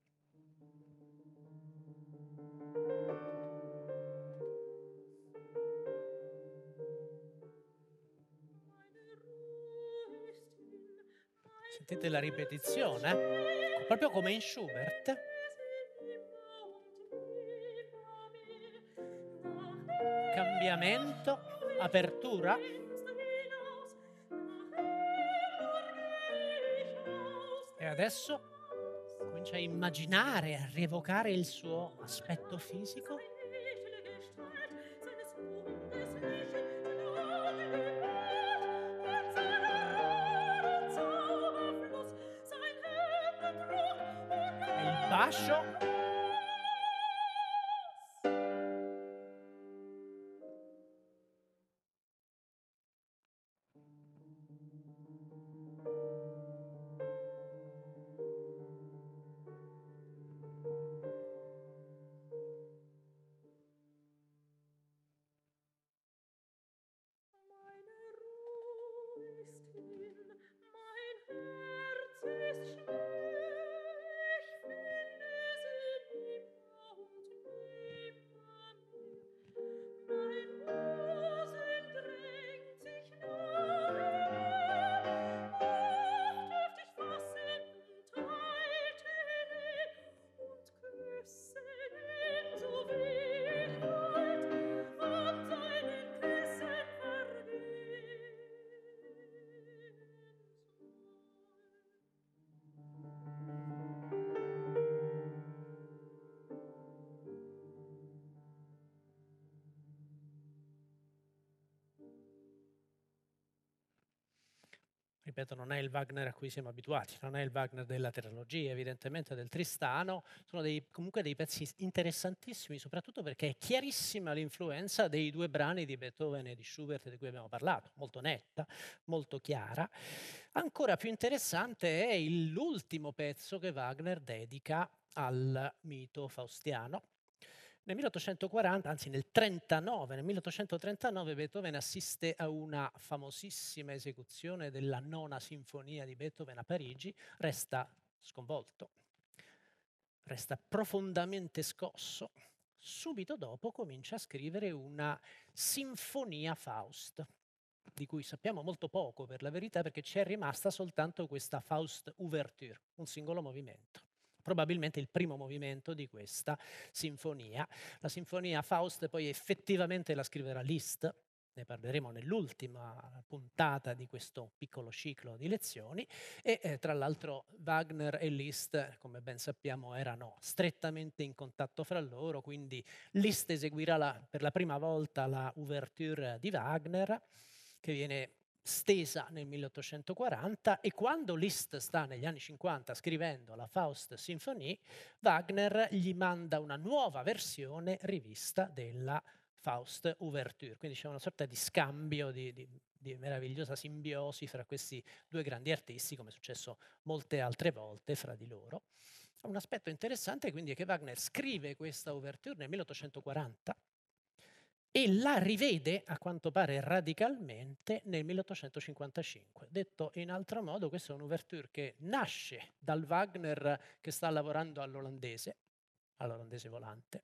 Sentite la ripetizione? Proprio come in Schubert. Cambiamento, apertura. E adesso comincia a immaginare, a rievocare il suo aspetto fisico. E il bacio. Ripeto, non è il Wagner a cui siamo abituati, non è il Wagner della trilogia, evidentemente del Tristano, sono dei, comunque dei pezzi interessantissimi, soprattutto perché è chiarissima l'influenza dei due brani di Beethoven e di Schubert di cui abbiamo parlato, molto netta, molto chiara. Ancora più interessante è l'ultimo pezzo che Wagner dedica al mito faustiano. Nel milleottocentoquaranta, anzi nel trentanove, nel milleottocentotrentanove Beethoven assiste a una famosissima esecuzione della nona sinfonia di Beethoven a Parigi, resta sconvolto, resta profondamente scosso. Subito dopo comincia a scrivere una sinfonia Faust, di cui sappiamo molto poco per la verità, perché ci è rimasta soltanto questa Faust Ouverture, un singolo movimento. Probabilmente il primo movimento di questa sinfonia. La sinfonia Faust poi effettivamente la scriverà Liszt, ne parleremo nell'ultima puntata di questo piccolo ciclo di lezioni, e eh, tra l'altro Wagner e Liszt, come ben sappiamo, erano strettamente in contatto fra loro, quindi Liszt eseguirà la, per la prima volta la Ouverture di Wagner, che viene stesa nel milleottocentoquaranta, e quando Liszt sta negli anni cinquanta scrivendo la Faust Symphonie, Wagner gli manda una nuova versione rivista della Faust Ouverture, quindi c'è una sorta di scambio, di, di, di meravigliosa simbiosi fra questi due grandi artisti, come è successo molte altre volte fra di loro. Un aspetto interessante quindi è che Wagner scrive questa Ouverture nel milleottocentoquaranta e la rivede, a quanto pare radicalmente, nel milleottocentocinquantacinque. Detto in altro modo, questa è un'ouverture che nasce dal Wagner che sta lavorando all'olandese, all'olandese volante,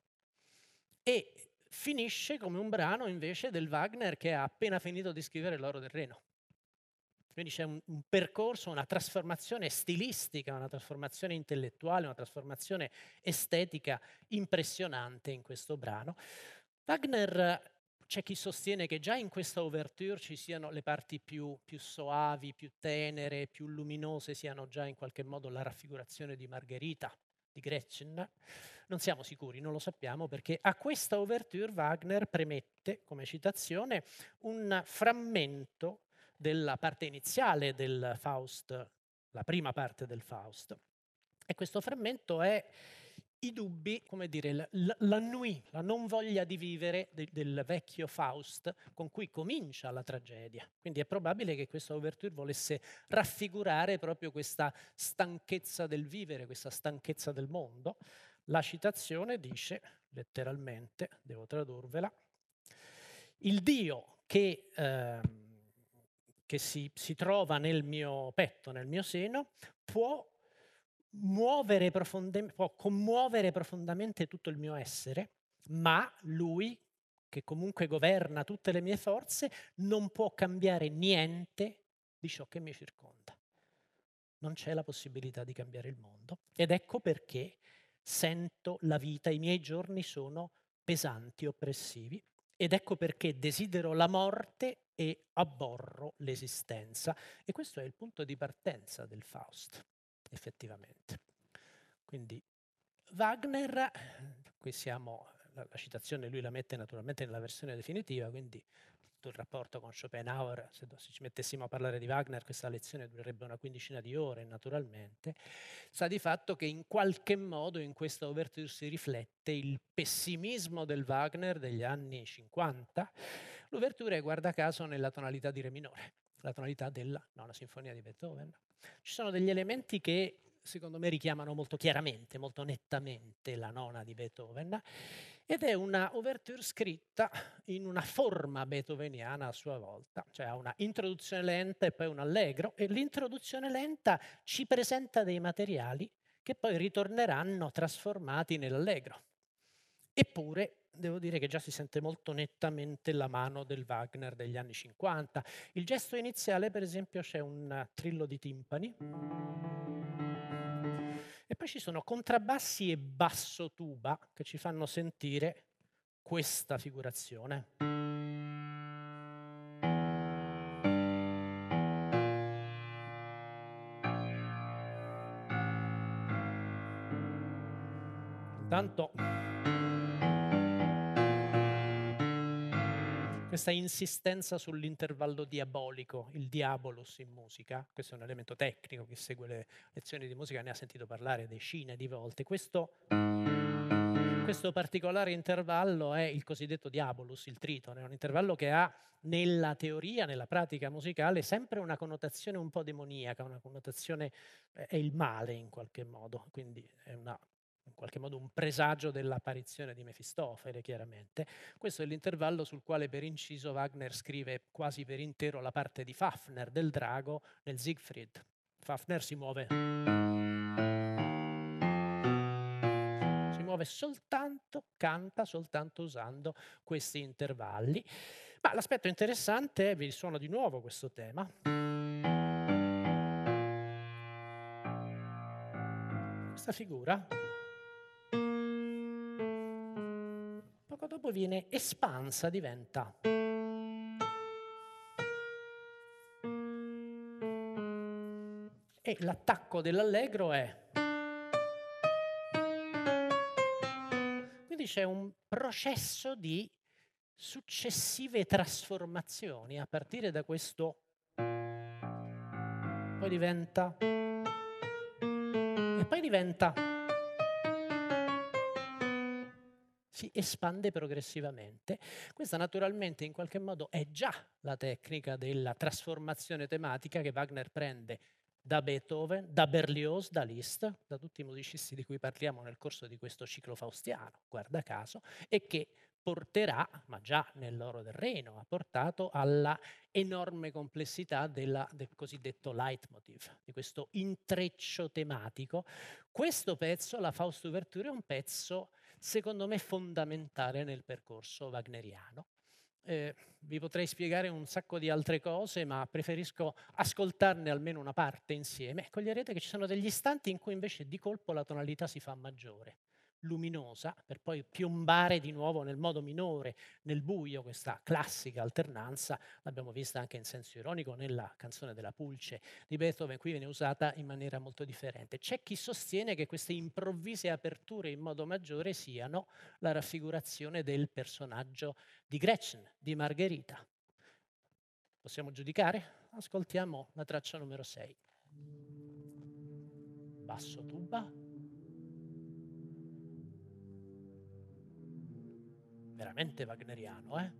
e finisce come un brano invece del Wagner che ha appena finito di scrivere L'oro del Reno. Quindi c'è un, un percorso, una trasformazione stilistica, una trasformazione intellettuale, una trasformazione estetica impressionante in questo brano. Wagner, c'è chi sostiene che già in questa ouverture ci siano le parti più, più soavi, più tenere, più luminose, siano già in qualche modo la raffigurazione di Margherita, di Gretchen. Non siamo sicuri, non lo sappiamo, perché a questa ouverture Wagner premette, come citazione, un frammento della parte iniziale del Faust, la prima parte del Faust. E questo frammento è i dubbi, come dire, l'ennui, la non voglia di vivere del, del vecchio Faust con cui comincia la tragedia. Quindi è probabile che questa ouverture volesse raffigurare proprio questa stanchezza del vivere, questa stanchezza del mondo. La citazione dice, letteralmente, devo tradurvela, il Dio che... Eh, che si, si trova nel mio petto, nel mio seno, può muovere profondamente, può commuovere profondamente tutto il mio essere, ma lui, che comunque governa tutte le mie forze, non può cambiare niente di ciò che mi circonda. Non c'è la possibilità di cambiare il mondo. Ed ecco perché sento la vita, i miei giorni sono pesanti, oppressivi. Ed ecco perché desidero la morte e abborro l'esistenza. E questo è il punto di partenza del Faust, effettivamente. Quindi Wagner, qui siamo, la, la citazione lui la mette naturalmente nella versione definitiva, quindi tutto il rapporto con Schopenhauer, se, se ci mettessimo a parlare di Wagner questa lezione durerebbe una quindicina di ore naturalmente, sta di fatto che in qualche modo in questa ouverture si riflette il pessimismo del Wagner degli anni cinquanta. L'ouverture è guarda caso nella tonalità di re minore, la tonalità della nona sinfonia di Beethoven. Ci sono degli elementi che secondo me richiamano molto chiaramente, molto nettamente la nona di Beethoven, ed è una ouverture scritta in una forma beethoveniana a sua volta, cioè ha una introduzione lenta e poi un allegro, e l'introduzione lenta ci presenta dei materiali che poi ritorneranno trasformati nell'allegro. Eppure devo dire che già si sente molto nettamente la mano del Wagner degli anni cinquanta. Il gesto iniziale, per esempio, c'è un trillo di timpani, e poi ci sono contrabbassi e basso tuba che ci fanno sentire questa figurazione. Intanto questa insistenza sull'intervallo diabolico, il diabolus in musica, questo è un elemento tecnico, chi segue le lezioni di musica ne ha sentito parlare decine di volte. Questo, questo particolare intervallo è il cosiddetto diabolus, il tritone, è un intervallo che ha nella teoria, nella pratica musicale, sempre una connotazione un po' demoniaca, una connotazione, è il male in qualche modo, quindi è una in qualche modo un presagio dell'apparizione di Mefistofele, chiaramente. Questo è l'intervallo sul quale per inciso Wagner scrive quasi per intero la parte di Fafner, del drago, nel Siegfried. Fafner si muove, si muove soltanto, canta soltanto usando questi intervalli. Ma l'aspetto interessante, vi risuono di nuovo questo tema, questa figura poco dopo viene espansa, diventa e l'attacco dell'allegro è, quindi c'è un processo di successive trasformazioni a partire da questo, poi diventa e poi diventa, si espande progressivamente. Questa naturalmente in qualche modo è già la tecnica della trasformazione tematica che Wagner prende da Beethoven, da Berlioz, da Liszt, da tutti i musicisti di cui parliamo nel corso di questo ciclo faustiano, guarda caso, e che porterà, ma già nell'Oro del Reno, ha portato alla enorme complessità della, del cosiddetto leitmotiv, di questo intreccio tematico. Questo pezzo, la Faust Ouverture, è un pezzo secondo me fondamentale nel percorso wagneriano. Eh, vi potrei spiegare un sacco di altre cose, ma preferisco ascoltarne almeno una parte insieme. Coglierete che ci sono degli istanti in cui invece di colpo la tonalità si fa maggiore, luminosa, per poi piombare di nuovo nel modo minore, nel buio. Questa classica alternanza l'abbiamo vista anche in senso ironico nella canzone della Pulce di Beethoven, qui viene usata in maniera molto differente. C'è chi sostiene che queste improvvise aperture in modo maggiore siano la raffigurazione del personaggio di Gretchen, di Margherita. Possiamo giudicare? Ascoltiamo la traccia numero sei. Basso tuba. Veramente wagneriano, eh?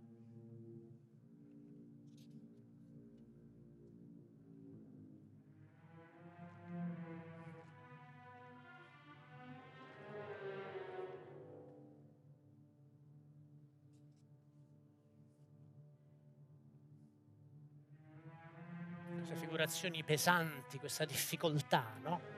configurazioni pesanti, questa difficoltà, no?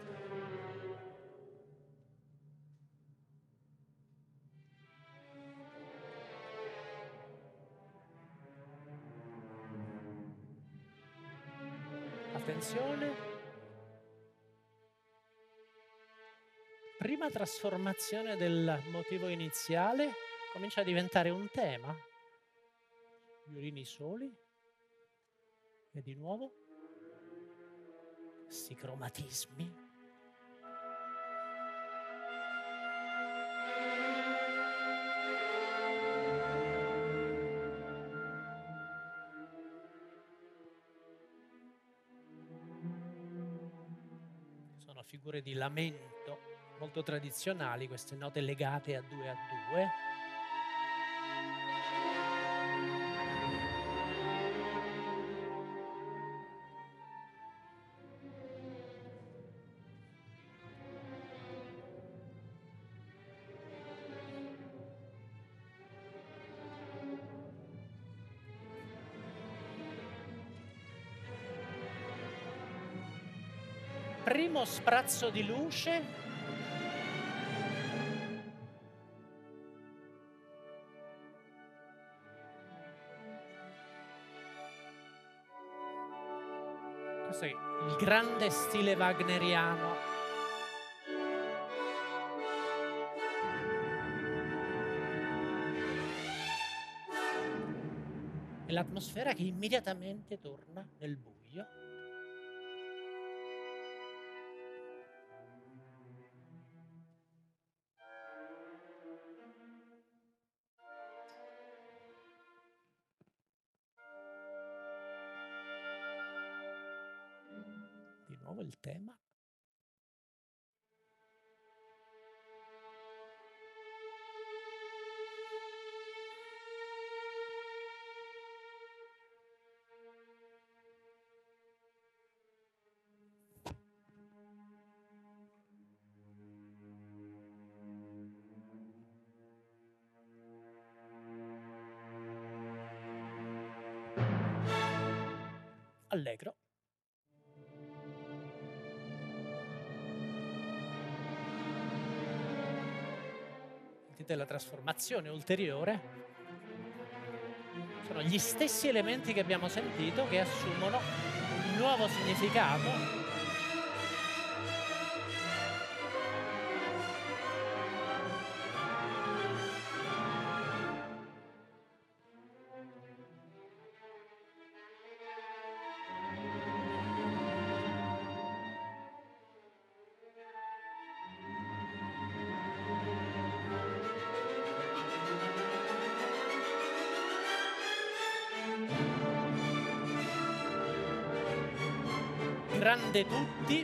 Attenzione. Prima trasformazione del motivo iniziale comincia a diventare un tema. Violini soli. E di nuovo questi cromatismi. Sono figure di lamento molto tradizionali, queste note legate a due a due. Primo sprazzo di luce. Questo è il grande stile wagneriano. E l'atmosfera che immediatamente torna nel buio. Di nuovo il tema. Allegro. Sentite la trasformazione ulteriore. Sono gli stessi elementi che abbiamo sentito che assumono un nuovo significato. Grande tutti.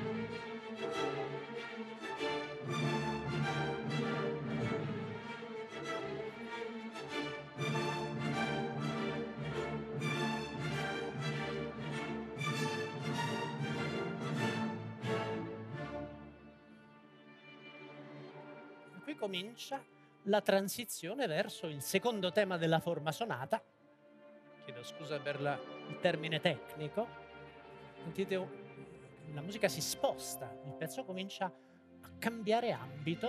Qui comincia la transizione verso il secondo tema della forma sonata. Chiedo scusa per la, il termine tecnico. Sentite, la musica si sposta, il pezzo comincia a cambiare ambito.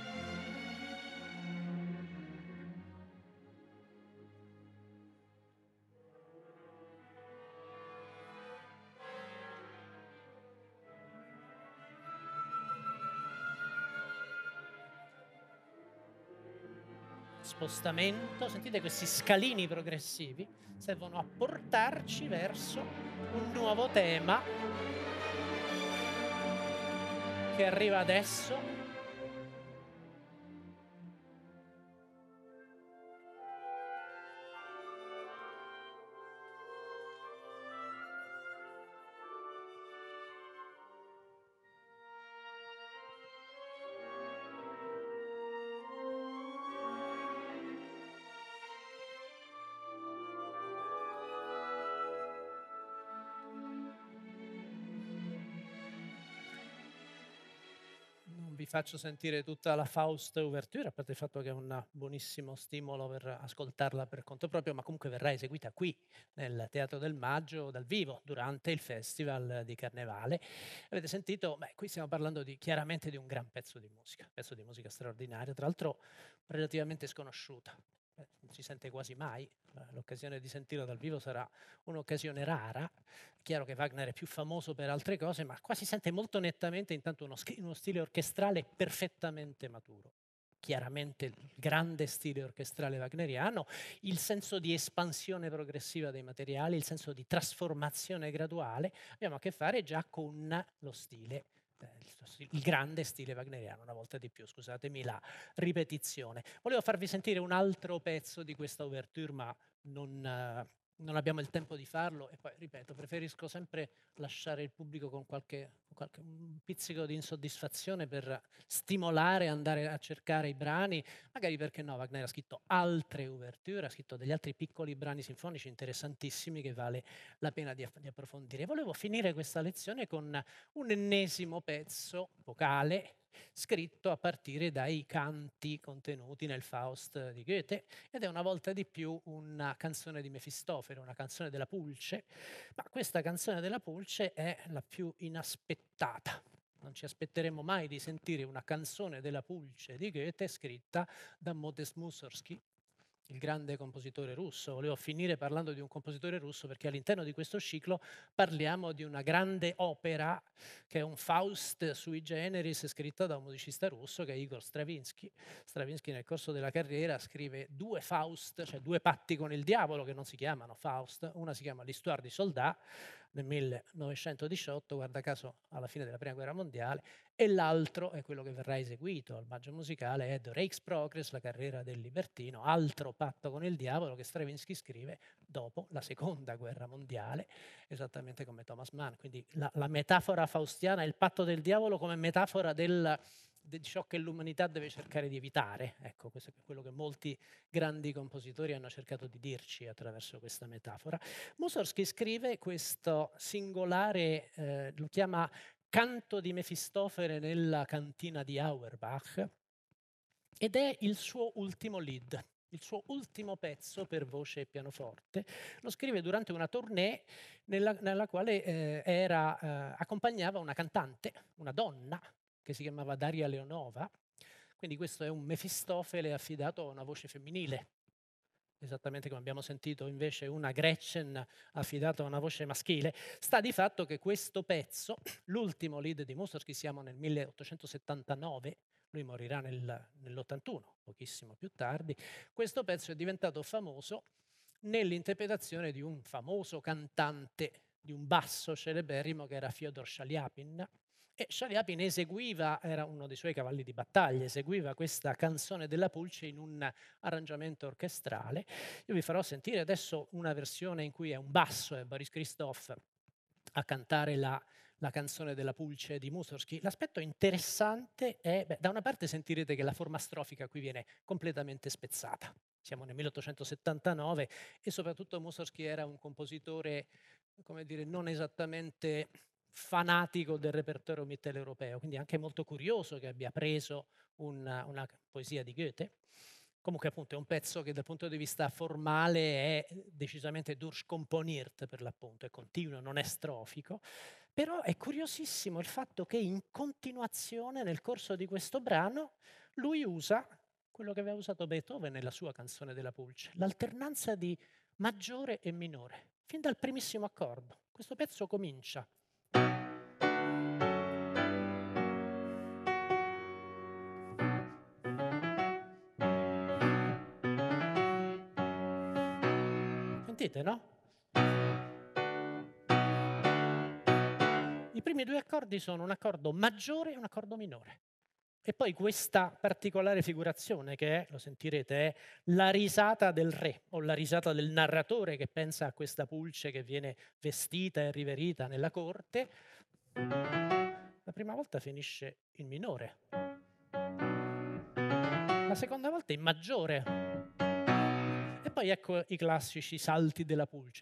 Spostamento, sentite questi scalini progressivi servono a portarci verso un nuovo tema che arriva adesso. Vi faccio sentire tutta la Faust Ouverture, a parte il fatto che è un buonissimo stimolo per ascoltarla per conto proprio, ma comunque verrà eseguita qui nel Teatro del Maggio dal vivo durante il Festival di Carnevale. Avete sentito? Beh, qui stiamo parlando di, chiaramente di un gran pezzo di musica, pezzo di musica straordinario, tra l'altro relativamente sconosciuta. Eh, non si sente quasi mai, l'occasione di sentirlo dal vivo sarà un'occasione rara. Chiaro che Wagner è più famoso per altre cose, ma qua si sente molto nettamente intanto uno, uno stile orchestrale perfettamente maturo. Chiaramente il grande stile orchestrale wagneriano, il senso di espansione progressiva dei materiali, il senso di trasformazione graduale. Abbiamo a che fare già con lo stile, eh, il grande stile wagneriano, una volta di più, scusatemi la ripetizione. Volevo farvi sentire un altro pezzo di questa ouverture, ma non... Eh, non abbiamo il tempo di farlo e poi, ripeto, preferisco sempre lasciare il pubblico con qualche, qualche un pizzico di insoddisfazione per stimolare, andare a cercare i brani, magari perché no, Wagner ha scritto altre ouverture, ha scritto degli altri piccoli brani sinfonici interessantissimi che vale la pena di, di approfondire. Volevo finire questa lezione con un ennesimo pezzo vocale scritto a partire dai canti contenuti nel Faust di Goethe, ed è una volta di più una canzone di Mefistofele, una canzone della Pulce, ma questa canzone della Pulce è la più inaspettata. Non ci aspetteremo mai di sentire una canzone della Pulce di Goethe scritta da Modest Mussorgsky, il grande compositore russo. Volevo finire parlando di un compositore russo perché all'interno di questo ciclo parliamo di una grande opera che è un Faust sui generis scritta da un musicista russo che è Igor Stravinsky. Stravinsky nel corso della carriera scrive due Faust, cioè due patti con il diavolo che non si chiamano Faust. Una si chiama L'Histoire du Soldat nel millenovecentodiciotto, guarda caso alla fine della Prima Guerra Mondiale, e l'altro è quello che verrà eseguito al Maggio Musicale, è The Reichsprogress, la carriera del libertino, altro patto con il diavolo che Stravinsky scrive dopo la Seconda Guerra Mondiale, esattamente come Thomas Mann. Quindi la, la metafora faustiana è il patto del diavolo come metafora del, di ciò che l'umanità deve cercare di evitare. Ecco, questo è quello che molti grandi compositori hanno cercato di dirci attraverso questa metafora. Mussorgsky scrive questo singolare, eh, lo chiama Canto di Mefistofele nella cantina di Auerbach, ed è il suo ultimo lead, il suo ultimo pezzo per voce e pianoforte. Lo scrive durante una tournée nella, nella quale eh, era, eh, accompagnava una cantante, una donna, che si chiamava Daria Leonova. Quindi questo è un Mefistofele affidato a una voce femminile, esattamente come abbiamo sentito invece una Gretchen affidata a una voce maschile. Sta di fatto che questo pezzo, l'ultimo lead di Mussorgsky, siamo nel milleottocentosettantanove, lui morirà nel, nell'ottantuno, pochissimo più tardi, questo pezzo è diventato famoso nell'interpretazione di un famoso cantante di un basso celeberrimo che era Fyodor Shaliapin. E Shaliapin eseguiva, era uno dei suoi cavalli di battaglia, eseguiva questa canzone della Pulce in un arrangiamento orchestrale. Io vi farò sentire adesso una versione in cui è un basso, è Boris Christoph a cantare la, la canzone della Pulce di Mussorgsky. L'aspetto interessante è, beh, da una parte sentirete che la forma strofica qui viene completamente spezzata. Siamo nel milleottocentosettantanove e soprattutto Mussorgsky era un compositore, come dire, non esattamente fanatico del repertorio mitteleuropeo, quindi anche molto curioso che abbia preso una, una poesia di Goethe. Comunque appunto è un pezzo che dal punto di vista formale è decisamente durchkomponiert per l'appunto, è continuo, non è strofico, però è curiosissimo il fatto che in continuazione nel corso di questo brano lui usa quello che aveva usato Beethoven nella sua canzone della Pulce, l'alternanza di maggiore e minore, fin dal primissimo accordo. Questo pezzo comincia. Sentite, no? I primi due accordi sono un accordo maggiore e un accordo minore. E poi questa particolare figurazione che è, lo sentirete, è la risata del re o la risata del narratore che pensa a questa Pulce che viene vestita e riverita nella corte. La prima volta finisce in minore. La seconda volta in maggiore. E poi ecco i classici salti della Pulce.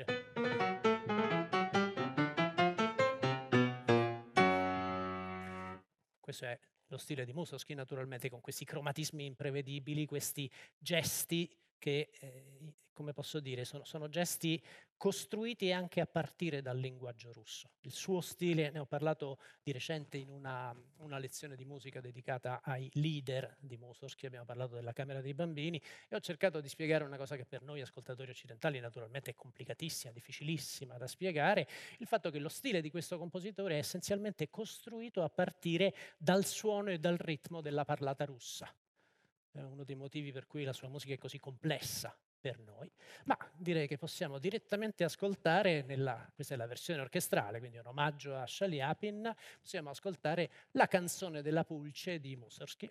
Questo è lo stile di Mussorgsky naturalmente, con questi cromatismi imprevedibili, questi gesti che, eh, come posso dire, sono, sono gesti costruiti anche a partire dal linguaggio russo. Il suo stile, ne ho parlato di recente in una, una lezione di musica dedicata ai leader di Mussorgsky, abbiamo parlato della Camera dei Bambini, e ho cercato di spiegare una cosa che per noi ascoltatori occidentali naturalmente è complicatissima, difficilissima da spiegare, il fatto che lo stile di questo compositore è essenzialmente costruito a partire dal suono e dal ritmo della parlata russa. È uno dei motivi per cui la sua musica è così complessa per noi, ma direi che possiamo direttamente ascoltare, nella, questa è la versione orchestrale, quindi un omaggio a Shaliapin, possiamo ascoltare la canzone della pulce di Mussorgsky.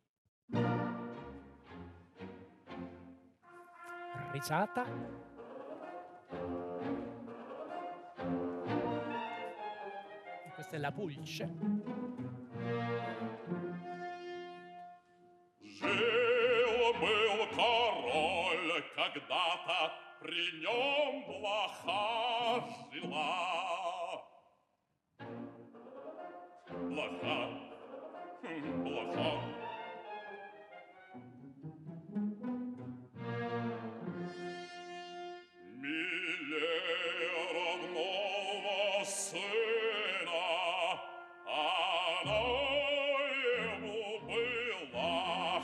Risata. E questa è la pulce. Жил-был король когда-то, при нем блоха жила. Блоха, хм, блоха. Милее родного сына, она ему была.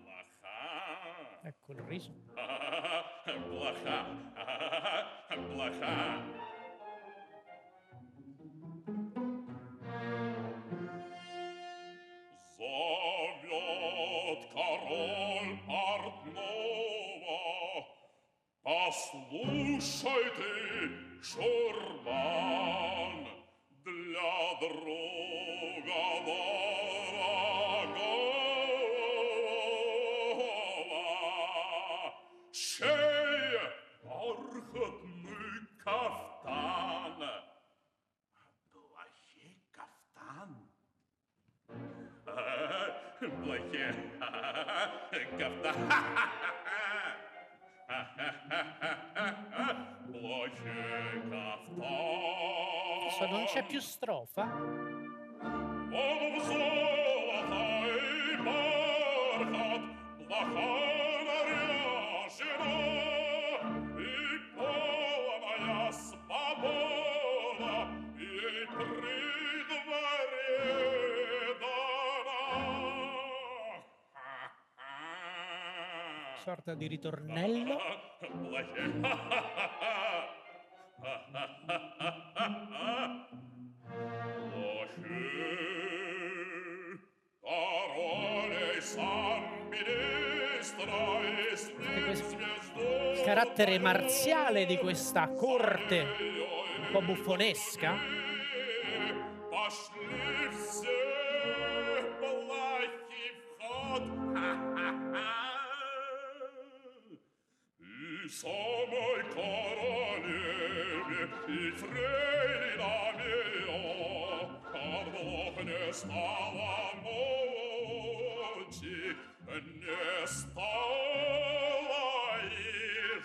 Ecco il riso. Блоха, блоха. Зовет король портного: послушай ты, чурбан, для друга дорогого шей бархатный кафтан. Блохе кафтан? Блохе кафтан. Блохе кафтан. Adesso non c'è più strofa. Он в золото и бархат, блоха наряжена, и полная свобода ей при дворе дана. Sorta di ritornello. Il carattere marziale di questa corte un po' buffonesca. Самой королеве и фрейлинам ее от блох не стало мочи, не стало и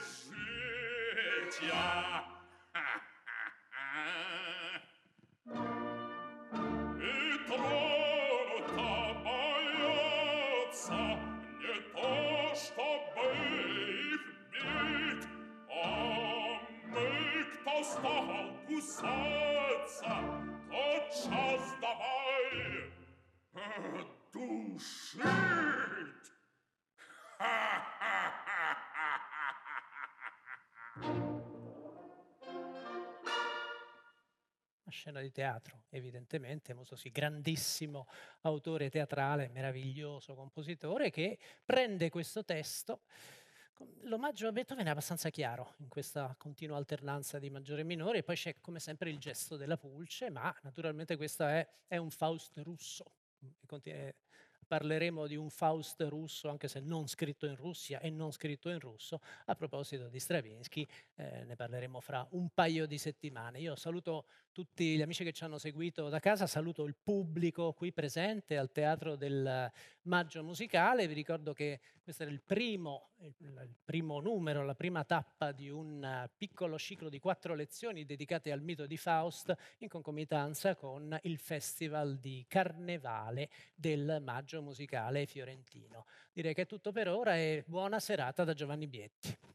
житья. И тронута боятся не то, чтобы их бить, а мы, кто стал кусаться, тотчас давай душить. Una scena di teatro, evidentemente, Mussorgsky, grandissimo autore teatrale, meraviglioso compositore, che prende questo testo. L'omaggio a Beethoven è abbastanza chiaro in questa continua alternanza di maggiore e minore, e poi c'è come sempre il gesto della pulce, ma naturalmente questo è, è un Faust russo, a parleremo di un Faust russo, anche se non scritto in Russia e non scritto in russo. A proposito di Stravinsky, eh, ne parleremo fra un paio di settimane. Io saluto tutti gli amici che ci hanno seguito da casa, saluto il pubblico qui presente al Teatro del Maggio Musicale. Vi ricordo che questo era il primo, il, il primo numero, la prima tappa di un uh, piccolo ciclo di quattro lezioni dedicate al mito di Faust in concomitanza con il Festival di Carnevale del Maggio Musicale Fiorentino. Direi che è tutto per ora e buona serata da Giovanni Bietti.